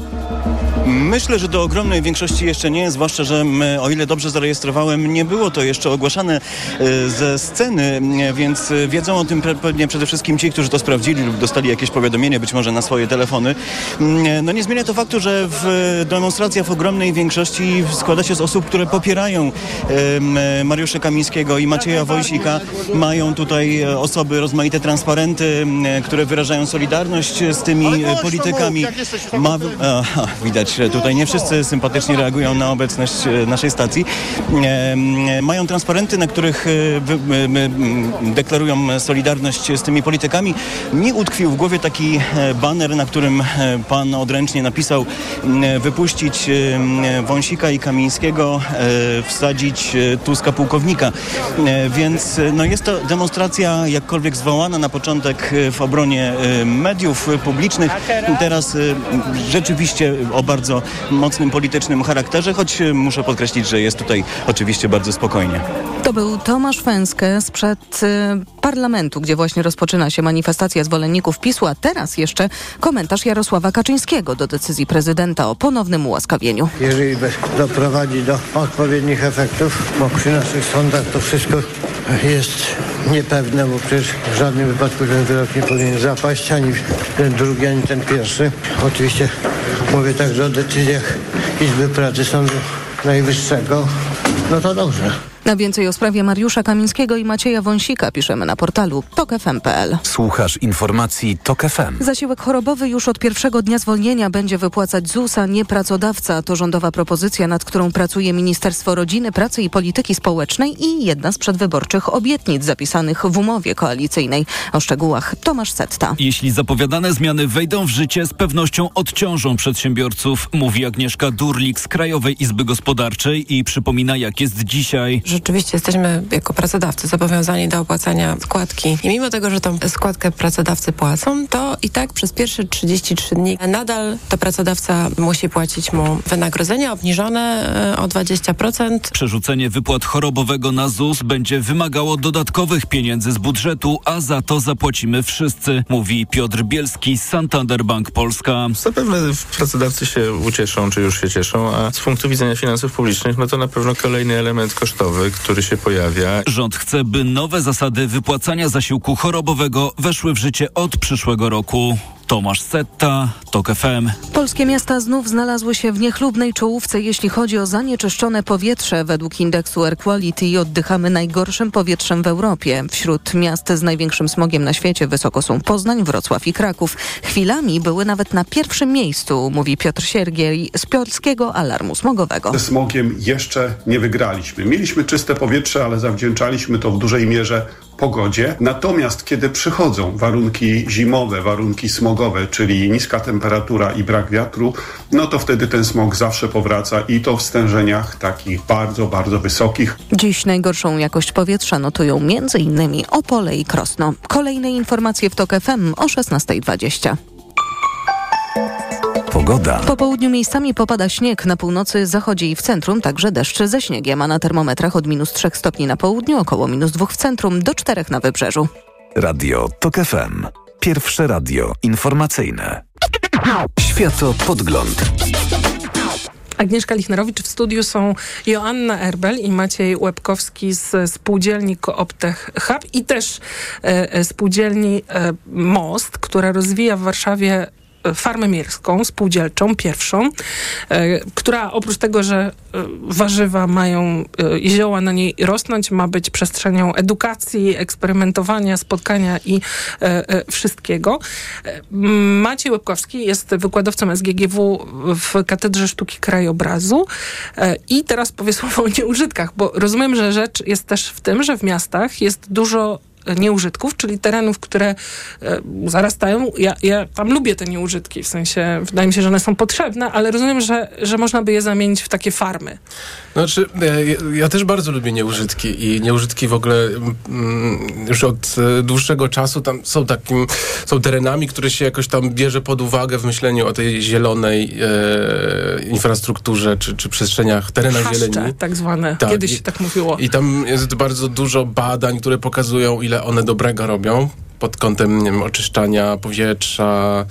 Myślę, że do ogromnej większości jeszcze nie, zwłaszcza, że my, o ile dobrze zarejestrowałem, nie było to jeszcze ogłaszane y, ze sceny, więc wiedzą o tym pewnie przede wszystkim ci, którzy to sprawdzili lub dostali jakieś powiadomienie, być może na swoje telefony. No nie zmienia to faktu, że w demonstracja w ogromnej większości składa się z osób, które popierają y, Mariusza Kamińskiego i Macieja Wąsika. Mają tutaj osoby rozmaite transparenty, y, które wyrażają solidarność z tymi politykami. Ma, aha, widać, tutaj nie wszyscy sympatycznie reagują na obecność naszej stacji. Mają transparenty, na których deklarują solidarność z tymi politykami. Mi utkwił w głowie taki baner, na którym pan odręcznie napisał: wypuścić Wąsika i Kamińskiego, wsadzić Tuska pułkownika. Więc no jest to demonstracja jakkolwiek zwołana na początek w obronie mediów publicznych. Teraz rzeczywiście o bardzo mocnym politycznym charakterze, choć muszę podkreślić, że jest tutaj oczywiście bardzo spokojnie. To był Tomasz Fęskę sprzed y, parlamentu, gdzie właśnie rozpoczyna się manifestacja zwolenników PiSu, a teraz jeszcze komentarz Jarosława Kaczyńskiego do decyzji prezydenta o ponownym ułaskawieniu. Jeżeli doprowadzi do odpowiednich efektów, bo przy naszych sądach to wszystko jest niepewne, bo przecież w żadnym wypadku ten wyrok nie powinien zapaść, ani ten drugi, ani ten pierwszy. Oczywiście mówię także o decyzjach Izby Pracy Sądu Najwyższego. No to dobrze. Na więcej o sprawie Mariusza Kamińskiego i Macieja Wąsika piszemy na portalu tok f m kropka p l. Słuchasz informacji TOK F M. Zasiłek chorobowy już od pierwszego dnia zwolnienia będzie wypłacać Z U S, a nie pracodawca. To rządowa propozycja, nad którą pracuje Ministerstwo Rodziny, Pracy i Polityki Społecznej i jedna z przedwyborczych obietnic zapisanych w umowie koalicyjnej. O szczegółach Tomasz Setta. Jeśli zapowiadane zmiany wejdą w życie, z pewnością odciążą przedsiębiorców, mówi Agnieszka Durlik z Krajowej Izby Gospodarczej i przypomina, jak jest dzisiaj. Rzeczywiście jesteśmy jako pracodawcy zobowiązani do opłacania składki i mimo tego, że tą składkę pracodawcy płacą, to i tak przez pierwsze trzydzieści trzy dni nadal to pracodawca musi płacić mu wynagrodzenie obniżone o dwadzieścia procent. Przerzucenie wypłat chorobowego na Z U S będzie wymagało dodatkowych pieniędzy z budżetu, a za to zapłacimy wszyscy, mówi Piotr Bielski z Santander Bank Polska. Zapewne pracodawcy się ucieszą, czy już się cieszą, a z punktu widzenia finansów publicznych, no to na pewno kolejny element kosztowy, który się pojawia. Rząd chce, by nowe zasady wypłacania zasiłku chorobowego weszły w życie od przyszłego roku. Tomasz Setta, TOK F M. Polskie miasta znów znalazły się w niechlubnej czołówce, jeśli chodzi o zanieczyszczone powietrze. Według indeksu Air Quality oddychamy najgorszym powietrzem w Europie. Wśród miast z największym smogiem na świecie wysoko są Poznań, Wrocław i Kraków. Chwilami były nawet na pierwszym miejscu, mówi Piotr Siergiej z Polskiego Alarmu Smogowego. Ze smogiem jeszcze nie wygraliśmy. Mieliśmy czyste powietrze, ale zawdzięczaliśmy to w dużej mierze pogodzie. Natomiast kiedy przychodzą warunki zimowe, warunki smogowe, czyli niska temperatura i brak wiatru, no to wtedy ten smog zawsze powraca i to w stężeniach takich bardzo, bardzo wysokich. Dziś najgorszą jakość powietrza notują m.in. Opole i Krosno. Kolejne informacje w TOK F M o szesnasta dwadzieścia. Pogoda. Po południu miejscami popada śnieg, na północy, zachodzie i w centrum, także deszcz ze śniegiem, a na termometrach od minus trzech stopni na południu, około minus dwóch w centrum, do czterech na wybrzeżu. Radio TOK F M. Pierwsze radio informacyjne. Światopodgląd. Agnieszka Lichnerowicz, w studiu są Joanna Erbel i Maciej Łebkowski z spółdzielni Cooptech Hub i też e, spółdzielni e, Most, która rozwija w Warszawie farmę miejską, spółdzielczą, pierwszą, e, która oprócz tego, że e, warzywa mają e, i zioła na niej rosnąć, ma być przestrzenią edukacji, eksperymentowania, spotkania i e, e, wszystkiego. E, Maciej Łebkowski jest wykładowcą S G G W w Katedrze Sztuki Krajobrazu e, i teraz powie słowo o nieużytkach, bo rozumiem, że rzecz jest też w tym, że w miastach jest dużo nieużytków, czyli terenów, które e, zarastają. Ja, ja tam lubię te nieużytki, w sensie wydaje mi się, że one są potrzebne, ale rozumiem, że, że można by je zamienić w takie farmy. Znaczy, ja, ja też bardzo lubię nieużytki i nieużytki w ogóle mm, już od e, dłuższego czasu tam są takim, są terenami, które się jakoś tam bierze pod uwagę w myśleniu o tej zielonej e, infrastrukturze, czy, czy przestrzeniach, terenach Chaszcze, zieleni. tak zwane. Tak, Kiedyś i, się tak mówiło. I tam jest bardzo dużo badań, które pokazują, ile one dobrego robią pod kątem, nie wiem, oczyszczania powietrza,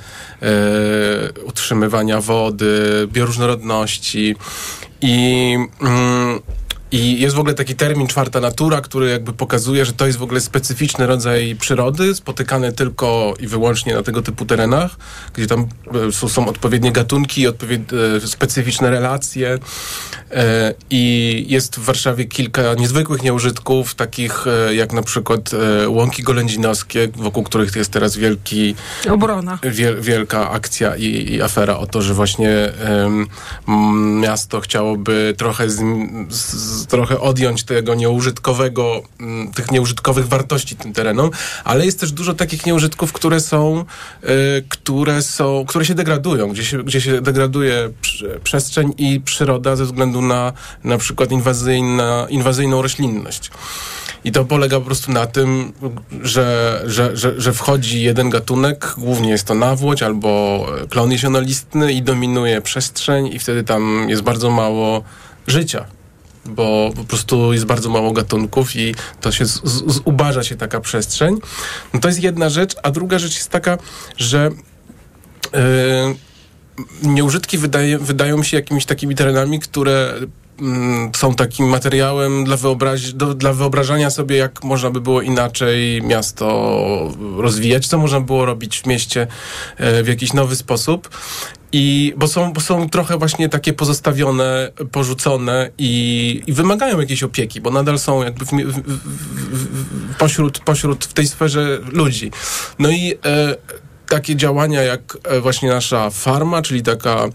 e, utrzymywania wody, bioróżnorodności i... Mm, I jest w ogóle taki termin czwarta natura, który jakby pokazuje, że to jest w ogóle specyficzny rodzaj przyrody, spotykany tylko i wyłącznie na tego typu terenach, gdzie tam są, są odpowiednie gatunki, odpowiednie specyficzne relacje e, i jest w Warszawie kilka niezwykłych nieużytków, takich e, jak na przykład e, łąki golędzinowskie, wokół których jest teraz wielki... Obrona. Wiel, wielka akcja i, i afera o to, że właśnie e, miasto chciałoby trochę z, z trochę odjąć tego nieużytkowego, tych nieużytkowych wartości tym terenom, ale jest też dużo takich nieużytków, które są, y, które są, które się degradują, gdzie się, gdzie się degraduje pr- przestrzeń i przyroda ze względu na na przykład inwazyjna, inwazyjną roślinność. I to polega po prostu na tym, że, że, że, że wchodzi jeden gatunek, głównie jest to nawłoć albo klon jesionolistny i dominuje przestrzeń i wtedy tam jest bardzo mało życia, bo po prostu jest bardzo mało gatunków i to się z, z, zubaża się taka przestrzeń. No to jest jedna rzecz, a druga rzecz jest taka, że yy, nieużytki wydaje, wydają mi się jakimiś takimi terenami, które mm, są takim materiałem dla, wyobraź, do, dla wyobrażania sobie, jak można by było inaczej miasto rozwijać, co można było robić w mieście yy, w jakiś nowy sposób. I, bo, są, bo są trochę właśnie takie pozostawione, porzucone i, i wymagają jakiejś opieki, bo nadal są jakby w, w, w, w, pośród, pośród w tej sferze ludzi. No i e, takie działania jak e, właśnie nasza farma, czyli taka e,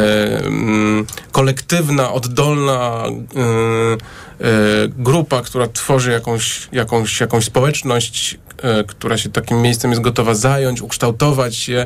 m, kolektywna, oddolna e, e, grupa, która tworzy jakąś, jakąś, jakąś społeczność, która się takim miejscem jest gotowa zająć, ukształtować je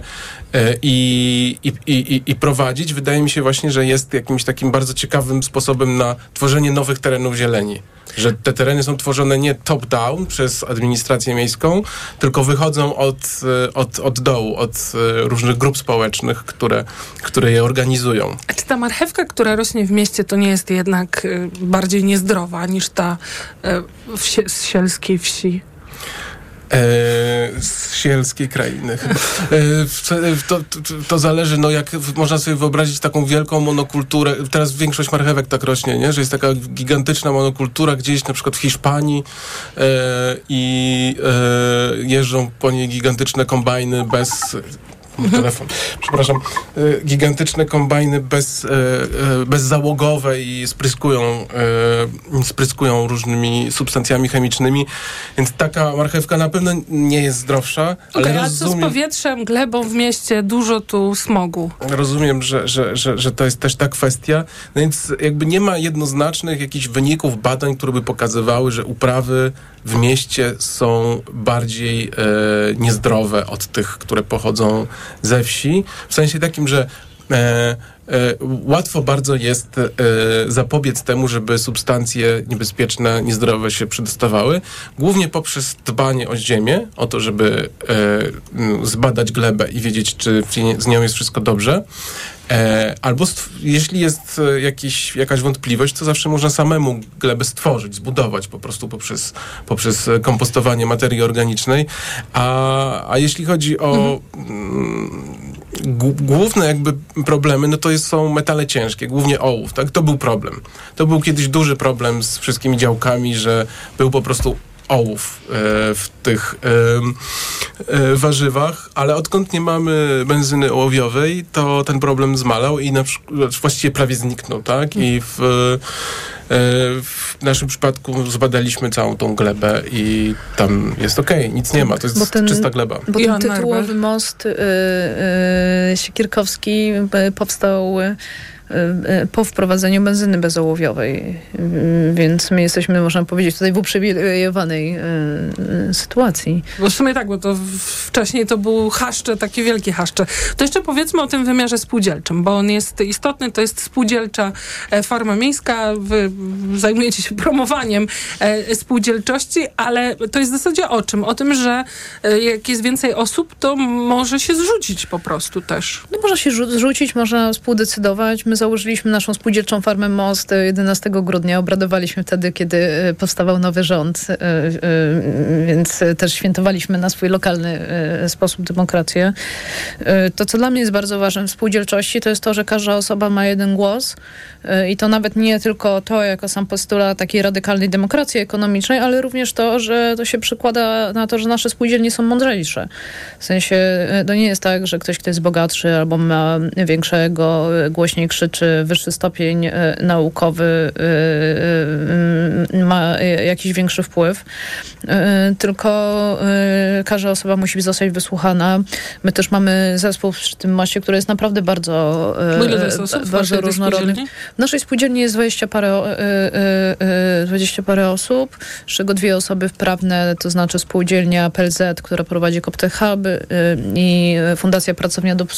i, i, i, i prowadzić, wydaje mi się właśnie, że jest jakimś takim bardzo ciekawym sposobem na tworzenie nowych terenów zieleni. Że te tereny są tworzone nie top-down przez administrację miejską, tylko wychodzą od, od, od dołu, od różnych grup społecznych, które, które je organizują. A czy ta marchewka, która rośnie w mieście, to nie jest jednak bardziej niezdrowa niż ta w sie- z sielskiej wsi? Z sielskiej krainy. To, to, to zależy, no jak można sobie wyobrazić taką wielką monokulturę. Teraz większość marchewek tak rośnie, nie? Że jest taka gigantyczna monokultura gdzieś na przykład w Hiszpanii e, i e, jeżdżą po niej gigantyczne kombajny bez mój telefon, przepraszam, gigantyczne kombajny bez, bezzałogowe i spryskują, spryskują różnymi substancjami chemicznymi, więc taka marchewka na pewno nie jest zdrowsza, ale okay, rozumiem... A co z powietrzem, glebą w mieście? Dużo tu smogu. Rozumiem, że, że, że, że to jest też ta kwestia, no więc jakby nie ma jednoznacznych jakichś wyników badań, które by pokazywały, że uprawy w mieście są bardziej e, niezdrowe od tych, które pochodzą ze wsi. W sensie takim, że e, e, łatwo bardzo jest e, zapobiec temu, żeby substancje niebezpieczne, niezdrowe się przedostawały, głównie poprzez dbanie o ziemię, o to, żeby e, zbadać glebę i wiedzieć, czy z nią jest wszystko dobrze. E, albo stw- jeśli jest jakiś, jakaś wątpliwość, to zawsze można samemu glebę stworzyć, zbudować po prostu poprzez, poprzez kompostowanie materii organicznej. A, a jeśli chodzi o mhm. g- główne jakby problemy, no to jest, są metale ciężkie, głównie ołów, tak? To był problem. To był kiedyś duży problem z wszystkimi działkami, że był po prostu ołów e, w tych e, e, warzywach, ale odkąd nie mamy benzyny ołowiowej, to ten problem zmalał i na przykład właściwie prawie zniknął, tak? I w, e, w naszym przypadku zbadaliśmy całą tą glebę i tam jest okej, okay, nic nie ma, to jest ten, czysta gleba. Bo ten tytułowy most y, y, Siekierkowski powstał y, po wprowadzeniu benzyny bezołowiowej. Więc my jesteśmy, można powiedzieć, tutaj w uprzywilejowanej y, sytuacji. Bo w sumie tak, bo to wcześniej to były chaszcze, takie wielkie chaszcze. To jeszcze powiedzmy o tym wymiarze spółdzielczym, bo on jest istotny, to jest spółdzielcza farma miejska, wy zajmujecie się promowaniem e, spółdzielczości, ale to jest w zasadzie o czym? O tym, że e, jak jest więcej osób, to może się zrzucić po prostu też. No można się zrzucić, można współdecydować. My założyliśmy naszą spółdzielczą farmę Most jedenastego grudnia. Obradowaliśmy wtedy, kiedy powstawał nowy rząd, więc też świętowaliśmy na swój lokalny sposób demokrację. To, co dla mnie jest bardzo ważne w spółdzielczości, to jest to, że każda osoba ma jeden głos i to nawet nie tylko to, jako sam postulat takiej radykalnej demokracji ekonomicznej, ale również to, że to się przekłada na to, że nasze spółdzielnie są mądrzejsze. W sensie, to nie jest tak, że ktoś, kto jest bogatszy albo ma większego, głośniej krzyczy, wyższy stopień naukowy ma jakiś większy wpływ. Tylko każda osoba musi zostać wysłuchana. My też mamy zespół przy tym moście, który jest naprawdę bardzo, ile to jest osób bardzo różnorodny. W naszej spółdzielni jest dwadzieścia parę, dwadzieścia parę osób, z czego dwie osoby wprawne, to znaczy spółdzielnia P L Z, która prowadzi Koptech Hub i Fundacja Pracownia Dóbr,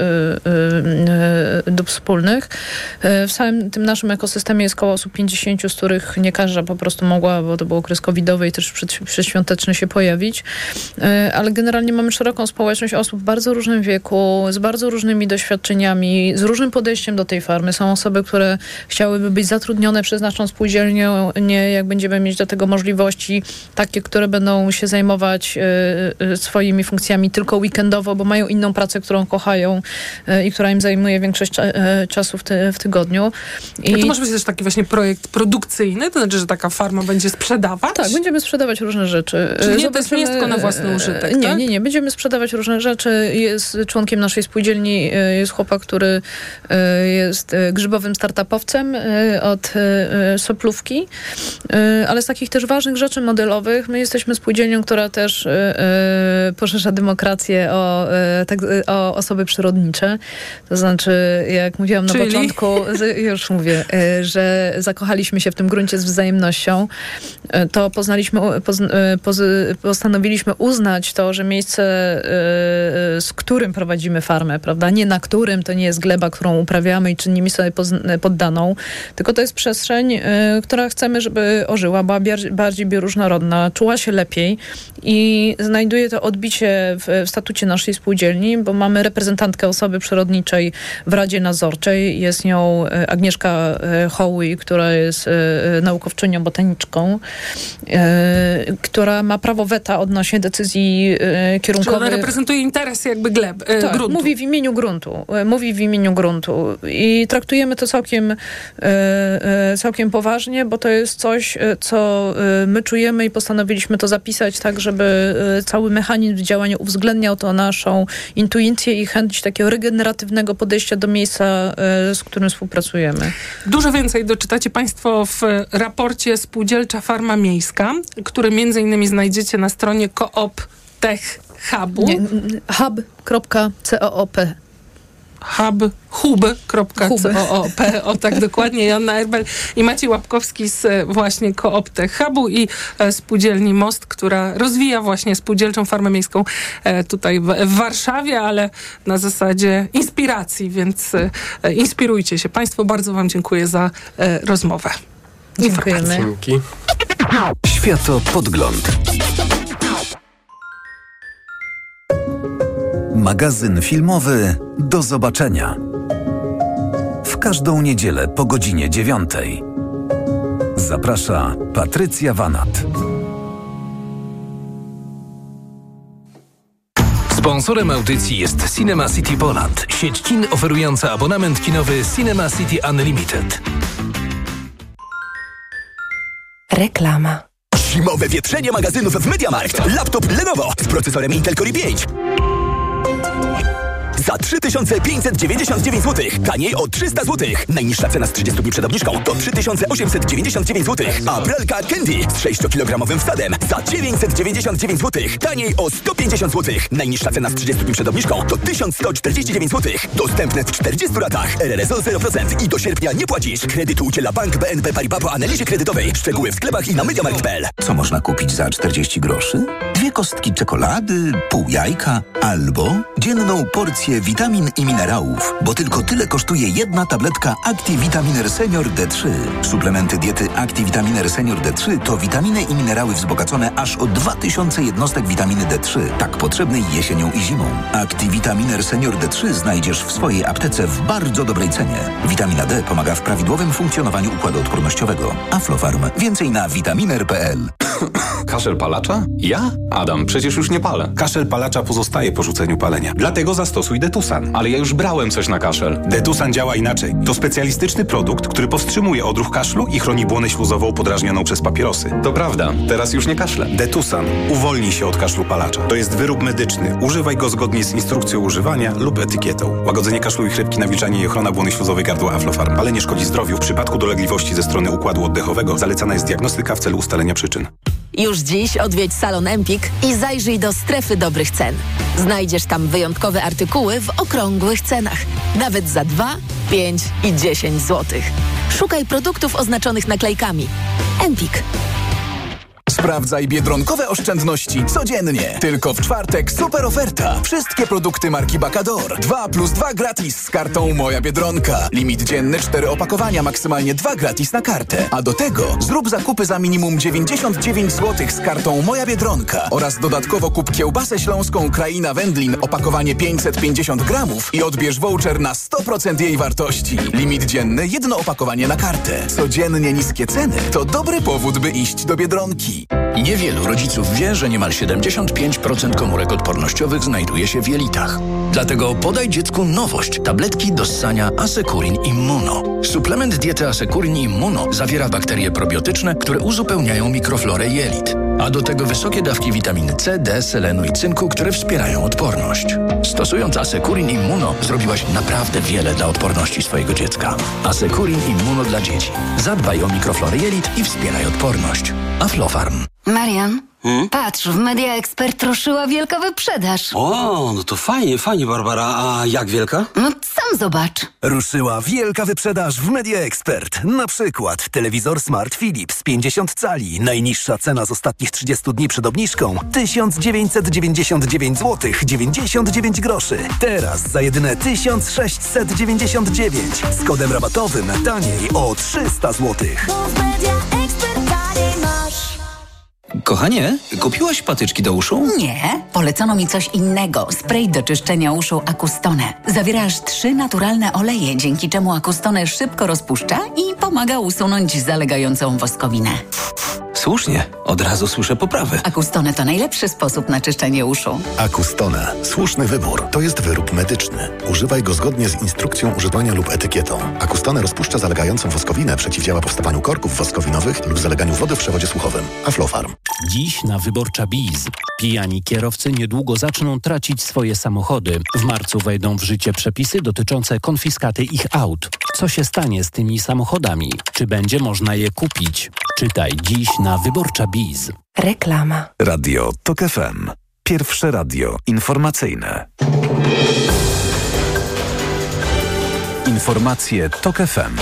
dóbr Wspólnych. W całym tym naszym ekosystemie jest około osób pięćdziesięciu, z których nie każda po prostu mogła, bo to był okres covidowy i też przedświąteczny się pojawić. Ale generalnie mamy szeroką społeczność osób w bardzo różnym wieku, z bardzo różnymi doświadczeniami, z różnym podejściem do tej farmy. Są osoby, które chciałyby być zatrudnione przez naszą spółdzielnię, nie jak będziemy mieć do tego możliwości, takie, które będą się zajmować y, swoimi funkcjami tylko weekendowo, bo mają inną pracę, którą kochają y, i która im zajmuje większość cza- czasu w, ty- w tygodniu. I A to może być też taki właśnie projekt produkcyjny, to znaczy, że taka farma będzie sprzedawać? Tak, będziemy sprzedawać różne rzeczy. Czyli nie, to nie jest tylko na własny użytek, Nie, tak? nie, nie. Będziemy sprzedawać różne rzeczy. Jest członkiem naszej spółdzielni, jest chłopak, który jest grzybowym startupowcem od Soplówki, ale z takich też ważnych rzeczy modelowych, my jesteśmy spółdzielnią, która też poszerza demokrację o, tak, o osoby przyrodnicze. To znaczy, jak mówiłam na Czyli? początku, już mówię, że zakochaliśmy się w tym gruncie z wzajemnością, to poznaliśmy, pozn, poz, postanowiliśmy uznać to, że miejsce, z którym prowadzimy farmę, prawda, nie na którym, to nie jest gleba, którą uprawiamy i czynimy sobie poddaną, tylko to jest przestrzeń, która chcemy, żeby ożyła, była bardziej bioróżnorodna, czuła się lepiej i znajduje to odbicie w, w statucie naszej spółdzielni, bo mamy reprezentantkę osoby przyrodniczej w Radzie Nadzorczej, Tutaj jest nią Agnieszka Hoły, która jest naukowczynią, botaniczką, która ma prawo weta odnośnie decyzji kierunkowych. Czyli ona reprezentuje interes jakby gleb, tak, gruntu. Mówi w imieniu gruntu. Mówi w imieniu gruntu. I traktujemy to całkiem, całkiem poważnie, bo to jest coś, co my czujemy i postanowiliśmy to zapisać tak, żeby cały mechanizm działania uwzględniał to naszą intuicję i chęć takiego regeneratywnego podejścia do miejsca, z którym współpracujemy. Dużo więcej doczytacie Państwo w raporcie Spółdzielcza Farma Miejska, który między innymi znajdziecie na stronie Coop Tech Hubu. hub kropka coop. hub, hub kropka coop. O tak dokładnie. Joanna Erbel i Maciej Łapkowski z właśnie Coop Tech Hubu i spółdzielni Most, która rozwija właśnie spółdzielczą farmę miejską tutaj w, w Warszawie, ale na zasadzie inspiracji, więc inspirujcie się Państwo. Bardzo Wam dziękuję za rozmowę. Dziękujemy. Dzięki. Światopodgląd. Magazyn filmowy Do zobaczenia. W każdą niedzielę po godzinie dziewiątej. Zaprasza Patrycja Wanat. Sponsorem audycji jest Cinema City Poland, sieć kin oferująca abonament kinowy Cinema City Unlimited. Reklama. Zimowe wietrzenie magazynów w MediaMarkt. Laptop Lenovo z procesorem Intel Core i pięć. Za trzy tysiące pięćset dziewięćdziesiąt dziewięć złotych. Taniej o trzysta złotych. Najniższa cena z trzydziestu dni przed obniżką to trzy tysiące osiemset dziewięćdziesiąt dziewięć złotych. A pralka Candy z sześciokilogramowym wsadem za dziewięćset dziewięćdziesiąt dziewięć złotych. Taniej o sto pięćdziesiąt złotych. Najniższa cena z trzydziestu dni przed obniżką to tysiąc sto czterdzieści dziewięć złotych. Dostępne w czterdziestu ratach. R R S O zero procent i do sierpnia nie płacisz. Kredytu udziela Bank B N P Paribas po analizie kredytowej. Szczegóły w sklepach i na mediamarkt kropka p l. Co można kupić za czterdzieści groszy? Dwie kostki czekolady, pół jajka albo dzienną porcję witamin i minerałów, bo tylko tyle kosztuje jedna tabletka ActiVitaminer Senior D trzy. Suplementy diety ActiVitaminer Senior D trzy to witaminy i minerały wzbogacone aż o dwa tysiące jednostek witaminy D trzy, tak potrzebnej jesienią i zimą. ActiVitaminer Senior D trzy znajdziesz w swojej aptece w bardzo dobrej cenie. Witamina D pomaga w prawidłowym funkcjonowaniu układu odpornościowego. Aflofarm. Więcej na vitaminer kropka p l. Kaszel palacza? Ja? Adam, przecież już nie palę. Kaszel palacza pozostaje po rzuceniu palenia. Dlatego zastosuj Detusan. Ale ja już brałem coś na kaszel. Detusan działa inaczej. To specjalistyczny produkt, który powstrzymuje odruch kaszlu i chroni błonę śluzową podrażnioną przez papierosy. To prawda. Teraz już nie kaszlę. Detusan. Uwolnij się od kaszlu palacza. To jest wyrób medyczny. Używaj go zgodnie z instrukcją używania lub etykietą. Łagodzenie kaszlu i chrypki, nawilżanie i ochrona błony śluzowej gardła Aflofarm. Palenie szkodzi zdrowiu. W przypadku dolegliwości ze strony układu oddechowego zalecana jest diagnostyka w celu ustalenia przyczyn. Już dziś odwiedź salon Empik i zajrzyj do strefy dobrych cen. Znajdziesz tam wyjątkowe artykuły w okrągłych cenach. Nawet za dwa, pięć i dziesięć złotych. Szukaj produktów oznaczonych naklejkami. Empik. Sprawdzaj biedronkowe oszczędności codziennie. Tylko w czwartek super oferta. Wszystkie produkty marki Bacador. dwa plus dwa gratis z kartą Moja Biedronka. Limit dzienny cztery opakowania, maksymalnie dwa gratis na kartę. A do tego zrób zakupy za minimum dziewięćdziesiąt dziewięć złotych z kartą Moja Biedronka. Oraz dodatkowo kup kiełbasę śląską Kraina Wędlin, opakowanie pięćset pięćdziesiąt gramów i odbierz voucher na sto procent jej wartości. Limit dzienny, jedno opakowanie na kartę. Codziennie niskie ceny to dobry powód, by iść do Biedronki. Niewielu rodziców wie, że niemal siedemdziesiąt pięć procent komórek odpornościowych znajduje się w jelitach. Dlatego podaj dziecku nowość. Tabletki do ssania Asekurin Immuno. Suplement diety Asekurin Immuno zawiera bakterie probiotyczne, które uzupełniają mikroflorę jelit. A do tego wysokie dawki witaminy C, D, selenu i cynku, które wspierają odporność. Stosując Asekurin Immuno zrobiłaś naprawdę wiele dla odporności swojego dziecka. Asekurin Immuno dla dzieci. Zadbaj o mikroflorę jelit i wspieraj odporność. Aflofarm. Marian, hmm? patrz, w Media Expert ruszyła wielka wyprzedaż. O, no to fajnie, fajnie, Barbara. A jak wielka? No sam zobacz. Ruszyła wielka wyprzedaż w Media Expert. Na przykład telewizor Smart Philips pięćdziesiąt cali. Najniższa cena z ostatnich trzydziestu dni przed obniżką tysiąc dziewięćset dziewięćdziesiąt dziewięć złotych dziewięćdziesiąt dziewięć groszy. Teraz za jedyne tysiąc sześćset dziewięćdziesiąt dziewięć. Z kodem rabatowym taniej o trzysta złotych. Kochanie, kupiłaś patyczki do uszu? Nie, polecono mi coś innego. Spray do czyszczenia uszu Acustone. Zawiera aż trzy naturalne oleje, dzięki czemu Acustone szybko rozpuszcza i pomaga usunąć zalegającą woskowinę. Słusznie, od razu słyszę poprawę. Acustone to najlepszy sposób na czyszczenie uszu. Acustone. Słuszny wybór. To jest wyrób medyczny. Używaj go zgodnie z instrukcją używania lub etykietą. Acustone rozpuszcza zalegającą woskowinę, przeciwdziała powstawaniu korków woskowinowych lub zaleganiu wody w przewodzie słuchowym. Aflofarm. Dziś na Wyborcza Biz. Pijani kierowcy niedługo zaczną tracić swoje samochody. W marcu wejdą w życie przepisy dotyczące konfiskaty ich aut. Co się stanie z tymi samochodami? Czy będzie można je kupić? Czytaj dziś na Wyborcza Biz. Reklama. Radio TOK F M. Pierwsze radio informacyjne. Informacje TOK F M.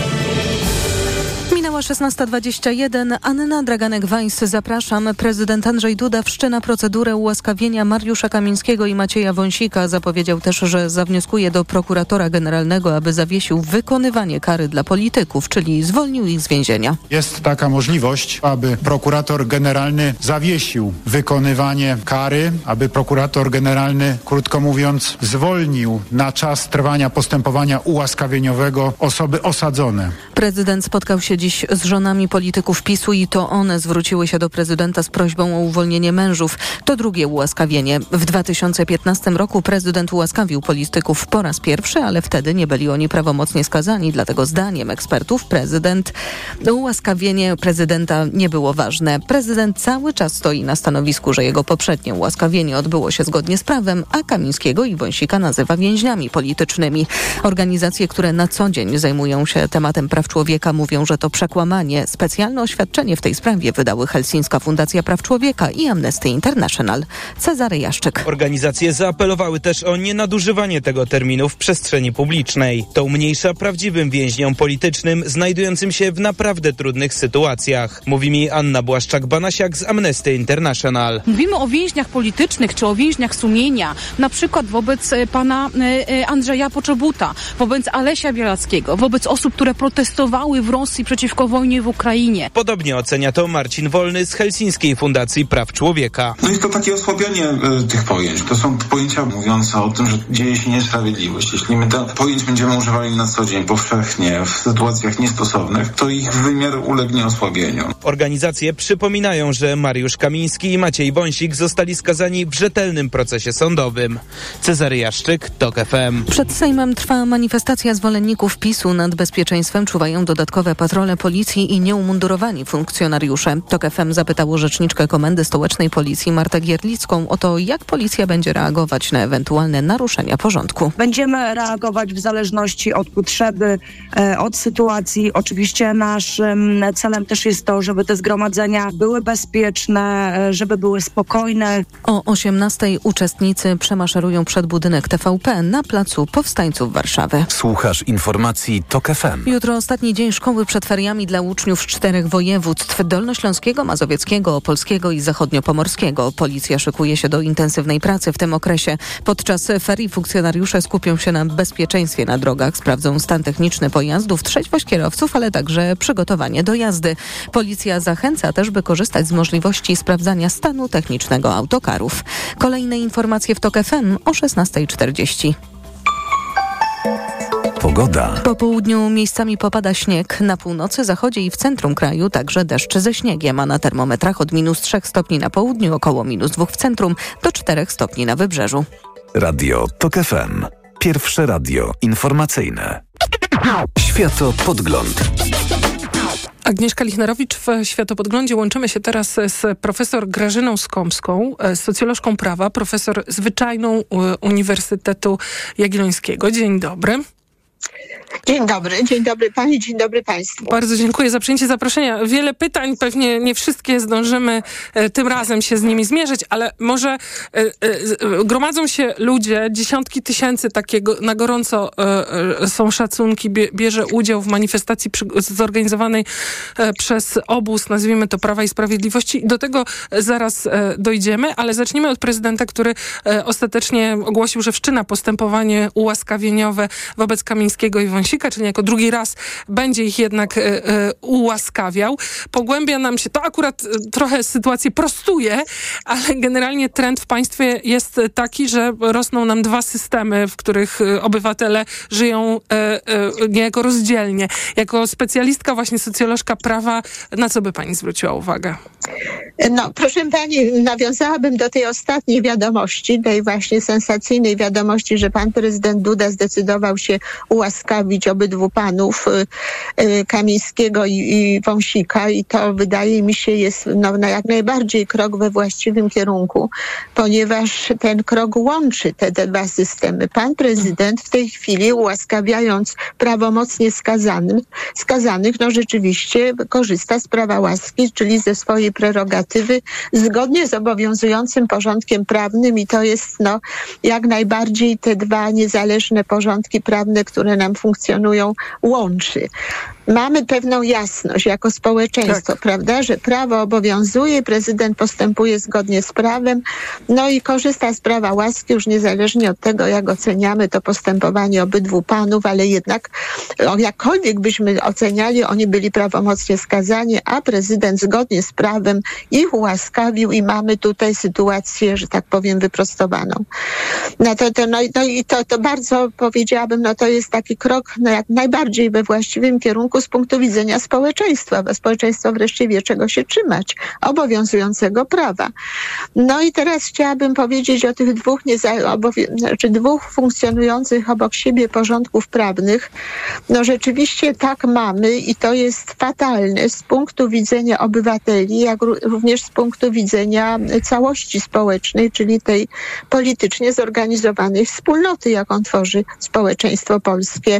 Minęła szesnasta dwadzieścia jeden. Anna Draganek-Weiss, zapraszam. Prezydent Andrzej Duda wszczyna procedurę ułaskawienia Mariusza Kamińskiego i Macieja Wąsika. Zapowiedział też, że zawnioskuje do prokuratora generalnego, aby zawiesił wykonywanie kary dla polityków, czyli zwolnił ich z więzienia. Jest taka możliwość, aby prokurator generalny zawiesił wykonywanie kary, aby prokurator generalny, krótko mówiąc, zwolnił na czas trwania postępowania ułaskawieniowego osoby osadzone. Prezydent spotkał się dziś z żonami polityków PiSu i to one zwróciły się do prezydenta z prośbą o uwolnienie mężów. To drugie ułaskawienie. W dwa tysiące piętnastym roku prezydent ułaskawił polityków po raz pierwszy, ale wtedy nie byli oni prawomocnie skazani. Dlatego zdaniem ekspertów prezydent ułaskawienie prezydenta nie było ważne. Prezydent cały czas stoi na stanowisku, że jego poprzednie ułaskawienie odbyło się zgodnie z prawem, a Kamińskiego i Wąsika nazywa więźniami politycznymi. Organizacje, które na co dzień zajmują się tematem praw człowieka, mówią, że to przekłamanie. Specjalne oświadczenie w tej sprawie wydały Helsińska Fundacja Praw Człowieka i Amnesty International. Cezary Jaszczyk. Organizacje zaapelowały też o nienadużywanie tego terminu w przestrzeni publicznej. To umniejsza prawdziwym więźniom politycznym znajdującym się w naprawdę trudnych sytuacjach. Mówi mi Anna Błaszczak-Banasiak z Amnesty International. Mówimy o więźniach politycznych czy o więźniach sumienia, na przykład wobec pana Andrzeja Poczobuta, wobec Alesia Białackiego, wobec osób, które protestowały w Rosji przeciwko wojnie w Ukrainie. Podobnie ocenia to Marcin Wolny z Helsińskiej Fundacji Praw Człowieka. No jest to takie osłabianie y, tych pojęć. To są pojęcia mówiące o tym, że dzieje się niesprawiedliwość. Jeśli my te pojęć będziemy używali na co dzień, powszechnie, w sytuacjach niestosownych, to ich wymiar ulegnie osłabieniu. Organizacje przypominają, że Mariusz Kamiński i Maciej Wąsik zostali skazani w rzetelnym procesie sądowym. Cezary Jaszczyk, TOK F M. Przed Sejmem trwa manifestacja zwolenników PiSu. Nad bezpieczeństwem czuwają dodatkowe patrole policji i nieumundurowani funkcjonariusze. TOK F M zapytało rzeczniczkę Komendy Stołecznej Policji Martę Gierlicką o to, jak policja będzie reagować na ewentualne naruszenia porządku. Będziemy reagować w zależności od potrzeby, od sytuacji. Oczywiście naszym celem też jest to, żeby te zgromadzenia były bezpieczne, żeby były spokojne. O osiemnastej uczestnicy przemaszerują przed budynek T V P na placu Powstańców Warszawy. Słuchasz informacji TOK F M. Jutro ostatni dzień szkoły przed feriami dla uczniów z czterech województw: dolnośląskiego, mazowieckiego, opolskiego i zachodniopomorskiego. Policja szykuje się do intensywnej pracy w tym okresie. Podczas ferii funkcjonariusze skupią się na bezpieczeństwie na drogach, sprawdzą stan techniczny pojazdów, trzeźwość kierowców, ale także przygotowanie do jazdy. Policja zachęca też, by korzystać z możliwości sprawdzania stanu technicznego autokarów. Kolejne informacje w TOK F M o szesnastej czterdzieści. Pogoda. Po południu miejscami popada śnieg. Na północy, zachodzie i w centrum kraju także deszcz ze śniegiem, a na termometrach od minus trzech stopni na południu, około minus dwóch w centrum, do czterech stopni na wybrzeżu. Radio TOK F M. Pierwsze radio informacyjne. Światopodgląd. Agnieszka Lichnerowicz w Światopodglądzie. Łączymy się teraz z profesor Grażyną Skomską, socjolożką prawa, profesor zwyczajną Uniwersytetu Jagiellońskiego. Dzień dobry. Dzień dobry, dzień dobry pani, dzień dobry państwu. Bardzo dziękuję za przyjęcie zaproszenia. Wiele pytań, pewnie nie wszystkie zdążymy e, tym razem się z nimi zmierzyć, ale może e, e, gromadzą się ludzie, dziesiątki tysięcy takiego na gorąco e, e, są szacunki, bie, bierze udział w manifestacji przy, zorganizowanej e, przez obóz, nazwijmy to Prawa i Sprawiedliwości. Do tego zaraz e, dojdziemy, ale zacznijmy od prezydenta, który e, ostatecznie ogłosił, że wszczyna postępowanie ułaskawieniowe wobec Kamińskiego i Wąsika. Wąsika, czyli jako drugi raz będzie ich jednak e, e, ułaskawiał. Pogłębia nam się, to akurat e, trochę sytuację prostuje, ale generalnie trend w państwie jest taki, że rosną nam dwa systemy, w których e, obywatele żyją e, e, niejako rozdzielnie. Jako specjalistka, właśnie socjolożka prawa, na co by pani zwróciła uwagę? No, proszę pani, nawiązałabym do tej ostatniej wiadomości, tej właśnie sensacyjnej wiadomości, że pan prezydent Duda zdecydował się ułaskawić obydwu panów, y, y, Kamińskiego i, i Wąsika, i to wydaje mi się jest no, na jak najbardziej krok we właściwym kierunku, ponieważ ten krok łączy te, te dwa systemy. Pan prezydent w tej chwili, ułaskawiając prawomocnie skazanym, skazanych, no rzeczywiście korzysta z prawa łaski, czyli ze swojej prerogatywy zgodnie z obowiązującym porządkiem prawnym, i to jest no, jak najbardziej te dwa niezależne porządki prawne, które nam funkcjonują, łączy. Mamy pewną jasność jako społeczeństwo, tak, prawda, że prawo obowiązuje, prezydent postępuje zgodnie z prawem, no i korzysta z prawa łaski, już niezależnie od tego, jak oceniamy to postępowanie obydwu panów, ale jednak jakkolwiek byśmy oceniali, oni byli prawomocnie skazani, a prezydent zgodnie z prawem ich ułaskawił i mamy tutaj sytuację, że tak powiem, wyprostowaną. No to, to, no, no i to, to bardzo powiedziałabym, no to jest taki krok no, jak najbardziej we właściwym kierunku z punktu widzenia społeczeństwa, bo społeczeństwo wreszcie wie, czego się trzymać, obowiązującego prawa. No i teraz chciałabym powiedzieć o tych dwóch, nieza- obowią- znaczy dwóch funkcjonujących obok siebie porządków prawnych. No rzeczywiście tak mamy i to jest fatalne z punktu widzenia obywateli, jak również z punktu widzenia całości społecznej, czyli tej politycznie zorganizowanej wspólnoty, jaką tworzy społeczeństwo polskie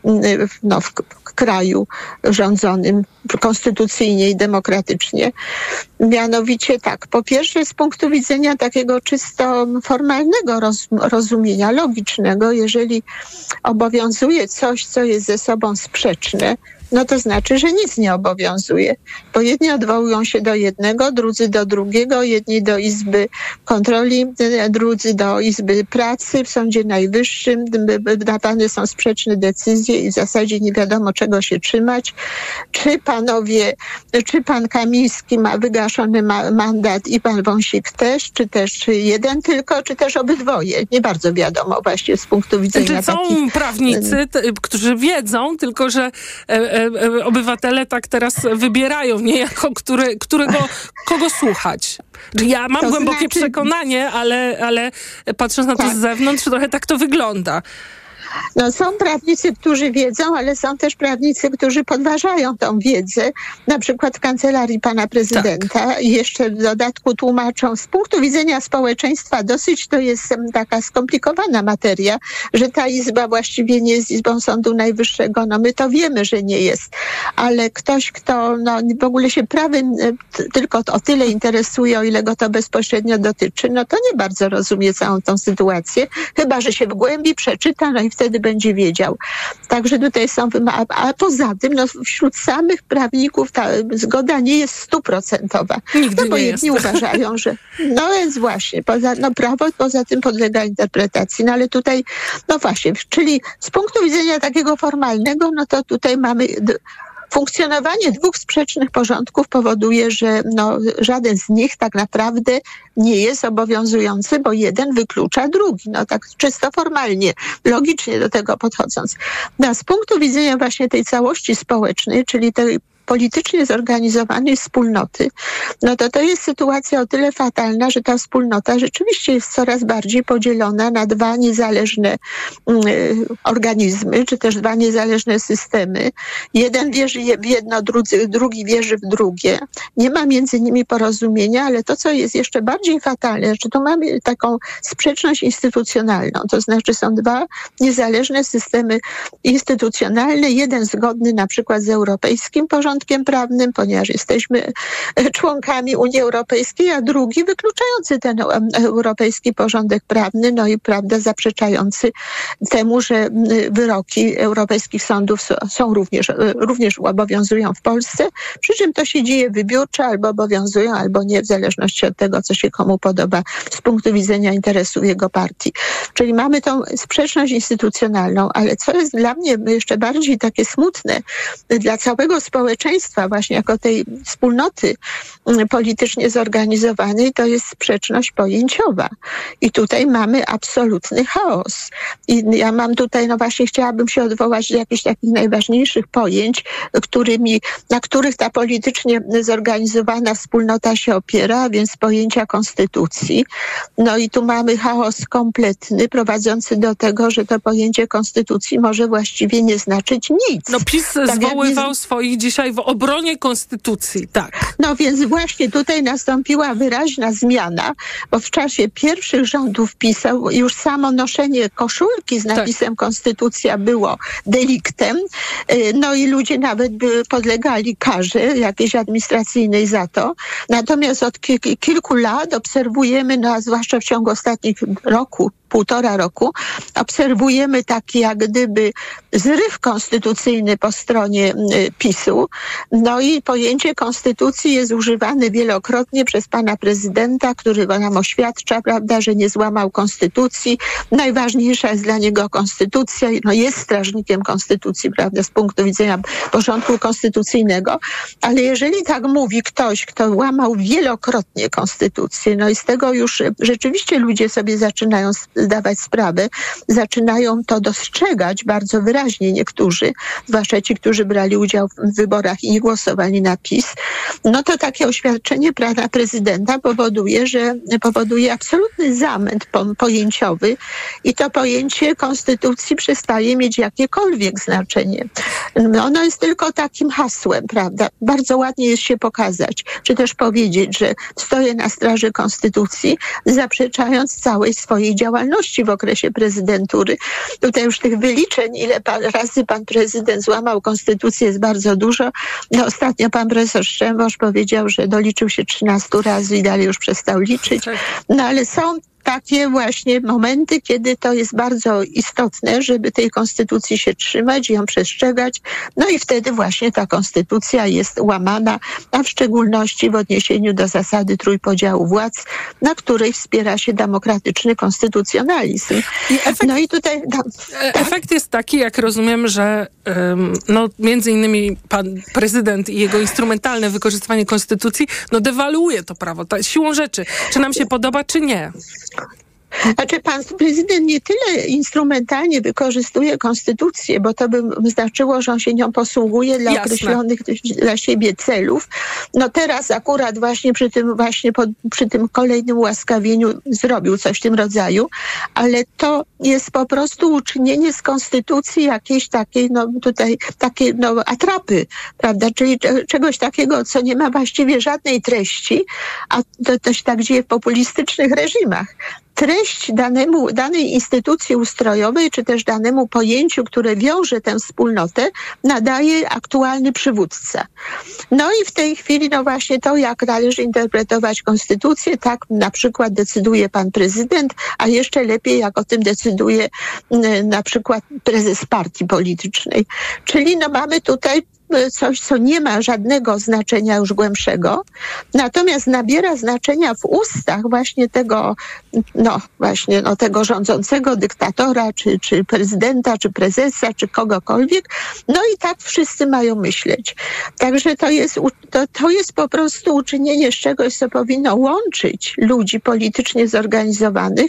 no, w kraju rządzonym konstytucyjnie i demokratycznie. Mianowicie tak, po pierwsze z punktu widzenia takiego czysto formalnego roz, rozumienia, logicznego, jeżeli obowiązuje coś, co jest ze sobą sprzeczne, no to znaczy, że nic nie obowiązuje. Bo jedni odwołują się do jednego, drudzy do drugiego, jedni do Izby Kontroli, drudzy do Izby Pracy w Sądzie Najwyższym. Wydawane są sprzeczne decyzje i w zasadzie nie wiadomo, czego się trzymać. Czy panowie, czy pan Kamiński ma wygaszony ma- mandat i pan Wąsik też, czy też czy jeden tylko, czy też obydwoje. Nie bardzo wiadomo właśnie z punktu widzenia Czy są takich... prawnicy, t- którzy wiedzą, tylko że e, e, obywatele tak teraz wybierają niejako, który, którego, kogo słuchać. Ja mam to głębokie znaczy... przekonanie, ale, ale patrząc na to tak. z zewnątrz, trochę tak to wygląda. No, są prawnicy, którzy wiedzą, ale są też prawnicy, którzy podważają tą wiedzę, na przykład w kancelarii pana prezydenta tak. i jeszcze w dodatku tłumaczą. Z punktu widzenia społeczeństwa dosyć to jest taka skomplikowana materia, że ta izba właściwie nie jest izbą Sądu Najwyższego. No my to wiemy, że nie jest, ale ktoś, kto no, w ogóle się prawem t- tylko o tyle interesuje, o ile go to bezpośrednio dotyczy, no to nie bardzo rozumie całą tą sytuację, chyba że się wgłębi, przeczyta, no i wtedy będzie wiedział. Także tutaj są wymagania. A poza tym, no, wśród samych prawników ta zgoda nie jest stuprocentowa. Nigdy no bo nie jedni jest. uważają, że no więc właśnie, poza, no prawo poza tym podlega interpretacji. No ale tutaj, no właśnie, czyli z punktu widzenia takiego formalnego, no to tutaj mamy... D- Funkcjonowanie dwóch sprzecznych porządków powoduje, że no, żaden z nich tak naprawdę nie jest obowiązujący, bo jeden wyklucza drugi. No tak czysto formalnie, logicznie do tego podchodząc. No, z punktu widzenia właśnie tej całości społecznej, czyli tej politycznie zorganizowanej wspólnoty, no to to jest sytuacja o tyle fatalna, że ta wspólnota rzeczywiście jest coraz bardziej podzielona na dwa niezależne y, organizmy, czy też dwa niezależne systemy. Jeden wierzy w jedno, drugi, drugi wierzy w drugie. Nie ma między nimi porozumienia, ale to, co jest jeszcze bardziej fatalne, że tu mamy taką sprzeczność instytucjonalną, to znaczy są dwa niezależne systemy instytucjonalne, jeden zgodny na przykład z europejskim porządkiem, porządkiem prawnym, ponieważ jesteśmy członkami Unii Europejskiej, a drugi wykluczający ten europejski porządek prawny, no i prawda zaprzeczający temu, że wyroki europejskich sądów są również, również obowiązują w Polsce, przy czym to się dzieje wybiórczo, albo obowiązują, albo nie, w zależności od tego, co się komu podoba z punktu widzenia interesów jego partii. Czyli mamy tą sprzeczność instytucjonalną, ale co jest dla mnie jeszcze bardziej takie smutne, dla całego społeczeństwa, właśnie jako tej wspólnoty politycznie zorganizowanej, to jest sprzeczność pojęciowa. I tutaj mamy absolutny chaos. I ja mam tutaj, no właśnie chciałabym się odwołać do jakichś takich najważniejszych pojęć, którymi, na których ta politycznie zorganizowana wspólnota się opiera, a więc pojęcia konstytucji. No i tu mamy chaos kompletny, prowadzący do tego, że to pojęcie konstytucji może właściwie nie znaczyć nic. No PiS tak zwoływał nie... swoich dzisiaj w obronie konstytucji, tak. No więc właśnie tutaj nastąpiła wyraźna zmiana, bo w czasie pierwszych rządów PiS-u już samo noszenie koszulki z napisem tak. Konstytucja było deliktem, no i ludzie nawet by podlegali karze jakiejś administracyjnej za to. Natomiast od ki- kilku lat obserwujemy, no a zwłaszcza w ciągu ostatnich roku, półtora roku, obserwujemy taki jak gdyby zryw konstytucyjny po stronie PiS-u. No i pojęcie konstytucji jest używane wielokrotnie przez pana prezydenta, który nam oświadcza, prawda, że nie złamał konstytucji. Najważniejsza jest dla niego konstytucja, no jest strażnikiem konstytucji, prawda, z punktu widzenia porządku konstytucyjnego. Ale jeżeli tak mówi ktoś, kto łamał wielokrotnie konstytucję, no i z tego już rzeczywiście ludzie sobie zaczynają zdawać sprawę, zaczynają to dostrzegać bardzo wyraźnie niektórzy, zwłaszcza ci, którzy brali udział w wyborach i nie głosowali na PiS, no to takie oświadczenie pana prezydenta powoduje, że powoduje absolutny zamęt po, pojęciowy i to pojęcie konstytucji przestaje mieć jakiekolwiek znaczenie. No, ono jest tylko takim hasłem, prawda? Bardzo ładnie jest się pokazać, czy też powiedzieć, że stoję na straży konstytucji, zaprzeczając całej swojej działalności w okresie prezydentury. Tutaj już tych wyliczeń, ile pan, razy pan prezydent złamał konstytucję, jest bardzo dużo. No, ostatnio pan profesor Strzembosz powiedział, że doliczył się trzynastu razy i dalej już przestał liczyć. No ale są takie właśnie momenty, kiedy to jest bardzo istotne, żeby tej konstytucji się trzymać i ją przestrzegać. No i wtedy właśnie ta konstytucja jest łamana, a w szczególności w odniesieniu do zasady trójpodziału władz, na której wspiera się demokratyczny konstytucjonalizm. I efekt, no i tutaj... Efekt jest taki, jak rozumiem, że um, no, między innymi pan prezydent i jego instrumentalne wykorzystywanie konstytucji no, dewaluuje to prawo, to siłą rzeczy. Czy nam się podoba, czy nie? Znaczy pan prezydent nie tyle instrumentalnie wykorzystuje konstytucję, bo to by znaczyło, że on się nią posługuje dla Jasne. określonych dla siebie celów. No teraz akurat właśnie przy tym właśnie pod, przy tym kolejnym ułaskawieniu zrobił coś w tym rodzaju, ale to jest po prostu uczynienie z konstytucji jakiejś takiej, no tutaj takiej no atrapy, prawda, czyli czegoś takiego, co nie ma właściwie żadnej treści, a to, to się tak dzieje w populistycznych reżimach. Treść danemu, danej instytucji ustrojowej, czy też danemu pojęciu, które wiąże tę wspólnotę, nadaje aktualny przywódca. No i w tej chwili, no właśnie to, jak należy interpretować konstytucję, tak na przykład decyduje pan prezydent, a jeszcze lepiej, jak o tym decyduje na przykład prezes partii politycznej. Czyli no mamy tutaj coś, co nie ma żadnego znaczenia już głębszego, natomiast nabiera znaczenia w ustach właśnie tego, no właśnie, no tego rządzącego dyktatora, czy, czy prezydenta, czy prezesa, czy kogokolwiek, no i tak wszyscy mają myśleć. Także to jest, to, to jest po prostu uczynienie z czegoś, co powinno łączyć ludzi politycznie zorganizowanych,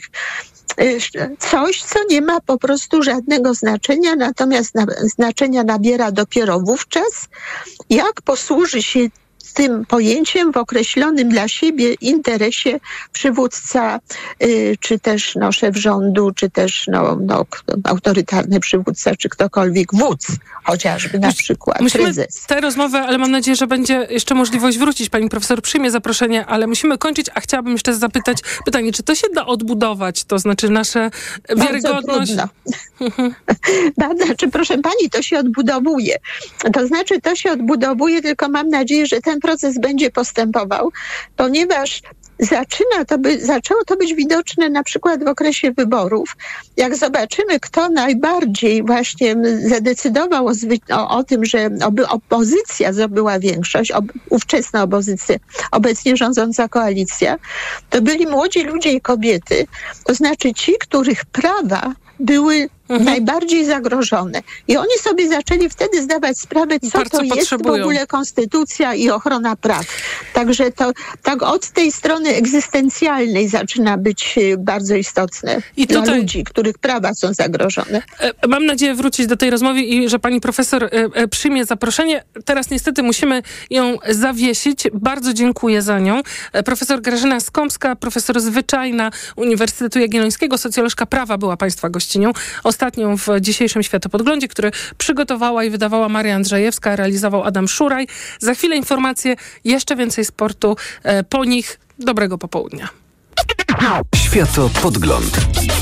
coś, co nie ma po prostu żadnego znaczenia, natomiast na, znaczenia nabiera dopiero wówczas, jak posłuży się tym pojęciem w określonym dla siebie interesie przywódca, y, czy też no, szef rządu, czy też no, no, autorytarny przywódca, czy ktokolwiek, wódz chociażby na przykład, musimy prezes. tę rozmowę, ale mam nadzieję, że będzie jeszcze możliwość wrócić. Pani profesor przyjmie zaproszenie, ale musimy kończyć, a chciałabym jeszcze zapytać pytanie, czy to się da odbudować, to znaczy nasze wiarygodność? Bardzo znaczy, proszę pani, to się odbudowuje. To znaczy, to się odbudowuje, tylko mam nadzieję, że ten proces będzie postępował, ponieważ Zaczyna to by, zaczęło to być widoczne na przykład w okresie wyborów. Jak zobaczymy, kto najbardziej właśnie zadecydował o, o, o tym, że oby opozycja zdobyła większość, ob, ówczesna opozycja, obecnie rządząca koalicja, to byli młodzi ludzie i kobiety, to znaczy ci, których prawa były mhm. najbardziej zagrożone. I oni sobie zaczęli wtedy zdawać sprawę, co Bardzo to jest w ogóle konstytucja i ochrona praw. Także to tak od tej strony egzystencjalnej zaczyna być bardzo istotne I dla tutaj... ludzi, których prawa są zagrożone. Mam nadzieję wrócić do tej rozmowy i że pani profesor przyjmie zaproszenie. Teraz niestety musimy ją zawiesić. Bardzo dziękuję za nią. Profesor Grażyna Skąpska, profesor zwyczajna Uniwersytetu Jagiellońskiego, socjolożka prawa była państwa gościnią. Ostatnią w dzisiejszym Światopodglądzie, który przygotowała i wydawała Maria Andrzejewska, realizował Adam Szuraj. Za chwilę informacje, jeszcze więcej sportu. Po nich dobrego popołudnia. Światopodgląd.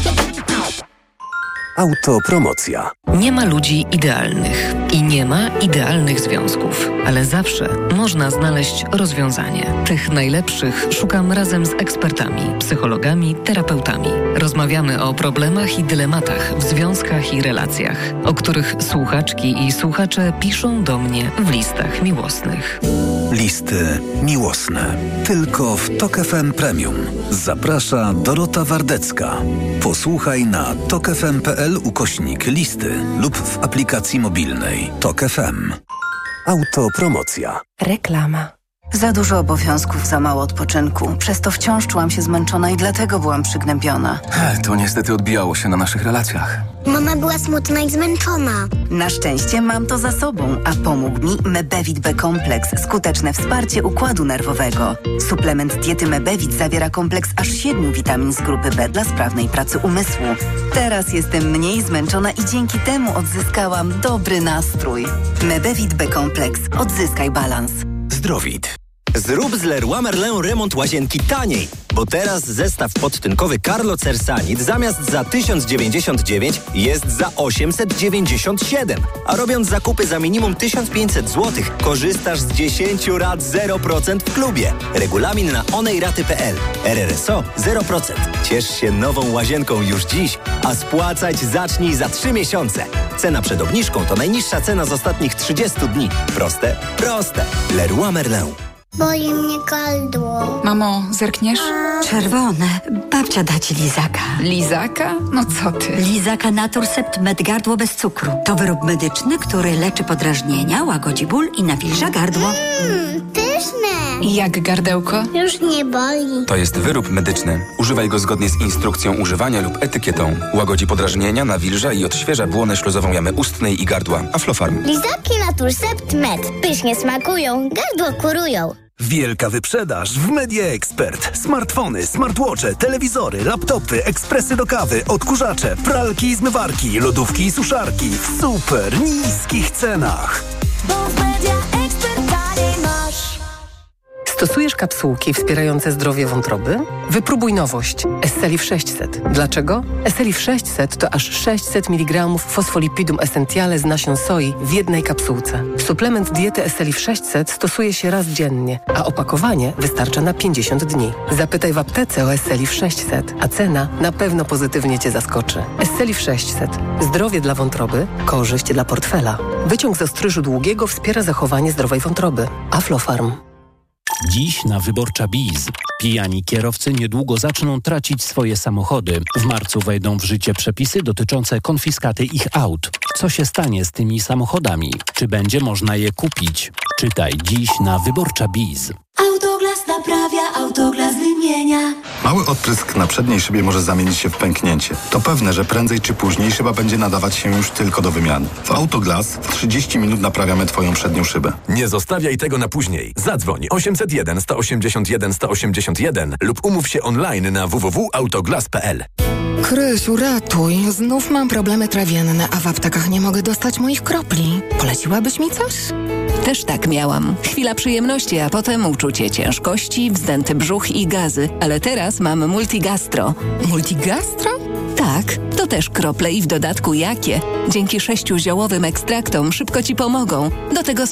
Autopromocja. Nie ma ludzi idealnych i nie ma idealnych związków, ale zawsze można znaleźć rozwiązanie. Tych najlepszych szukam razem z ekspertami, psychologami, terapeutami. Rozmawiamy o problemach i dylematach w związkach i relacjach, o których słuchaczki i słuchacze piszą do mnie w listach miłosnych. Listy miłosne. Tylko w Tok F M Premium. Zaprasza Dorota Wardecka. Posłuchaj na tok f m kropka p l ukośnik listy lub w aplikacji mobilnej Tok F M. Autopromocja. Reklama. Za dużo obowiązków, za mało odpoczynku. Przez to wciąż czułam się zmęczona i dlatego byłam przygnębiona. To niestety odbijało się na naszych relacjach. Mama była smutna i zmęczona. Na szczęście mam to za sobą, a pomógł mi Mebevit B-kompleks. Skuteczne wsparcie układu nerwowego. Suplement diety Mebevit zawiera kompleks aż siedmiu witamin z grupy B dla sprawnej pracy umysłu. Teraz jestem mniej zmęczona i dzięki temu odzyskałam dobry nastrój. Mebevit B-kompleks. Odzyskaj balans. Zdrowit. Zrób z Leroy Merlin remont łazienki taniej, bo teraz zestaw podtynkowy Carlo Cersanit zamiast za tysiąc dziewięćdziesiąt dziewięć jest za osiemset dziewięćdziesiąt siedem, a robiąc zakupy za minimum tysiąc pięćset złotych korzystasz z dziesięciu rat zero procent w klubie. Regulamin na onejraty kropka p l. R R S O zero procent. Ciesz się nową łazienką już dziś, a spłacać zacznij za trzy miesiące. Cena przed obniżką to najniższa cena z ostatnich trzydziestu dni. Proste? Proste. Leroy Merlin. Boli mnie gardło. Mamo, zerkniesz? Czerwone. Babcia da ci lizaka. Lizaka? No co ty? Lizaka Naturcept Med Gardło bez cukru. To wyrób medyczny, który leczy podrażnienia, łagodzi ból i nawilża gardło. Mmm, pyszne. I jak gardełko? Już nie boli. To jest wyrób medyczny. Używaj go zgodnie z instrukcją używania lub etykietą. Łagodzi podrażnienia, nawilża i odświeża błonę śluzową jamy ustnej i gardła. Aflofarm. Lizaki Naturcept Med. Pysznie smakują, gardło kurują. Wielka wyprzedaż w Media Expert. Smartfony, smartwatche, telewizory, laptopy, ekspresy do kawy, odkurzacze, pralki i zmywarki, lodówki i suszarki w super niskich cenach. Bo w Media Expert taniej masz. Stosujesz kapsułki wspierające zdrowie wątroby? Wypróbuj nowość. Esselif sześćset. Dlaczego? Esselif sześćset to aż sześćset miligramów fosfolipidum essentiale z nasion soi w jednej kapsułce. Suplement diety Esselif sześćset stosuje się raz dziennie, a opakowanie wystarcza na pięćdziesiąt dni. Zapytaj w aptece o Esselif sześćset, a cena na pewno pozytywnie Cię zaskoczy. Esselif sześćset. Zdrowie dla wątroby, korzyść dla portfela. Wyciąg z ostryżu długiego wspiera zachowanie zdrowej wątroby. Aflofarm. Dziś na Wyborcza Biz. Pijani kierowcy niedługo zaczną tracić swoje samochody. W marcu wejdą w życie przepisy dotyczące konfiskaty ich aut. Co się stanie z tymi samochodami? Czy będzie można je kupić? Czytaj dziś na Wyborcza Biz. Autoglas. Autoglas naprawia, Autoglas wymienia. Mały odprysk na przedniej szybie może zamienić się w pęknięcie. To pewne, że prędzej czy później szyba będzie nadawać się już tylko do wymiany. W Autoglas w trzydzieści minut naprawiamy Twoją przednią szybę. Nie zostawiaj tego na później. Zadzwoń osiemset jeden, sto osiemdziesiąt jeden, sto osiemdziesiąt jeden lub umów się online na w w w kropka autoglas kropka p l. Krysiu, ratuj. Znów mam problemy trawienne, a w aptekach nie mogę dostać moich kropli. Poleciłabyś mi coś? Też tak miałam. Chwila przyjemności, a potem uczucie ciężkości, wzdęty brzuch i gazy. Ale teraz mam Multigastro. Multigastro? Tak, to też krople i w dodatku jakie. Dzięki sześciu ziołowym ekstraktom szybko Ci pomogą. Do tego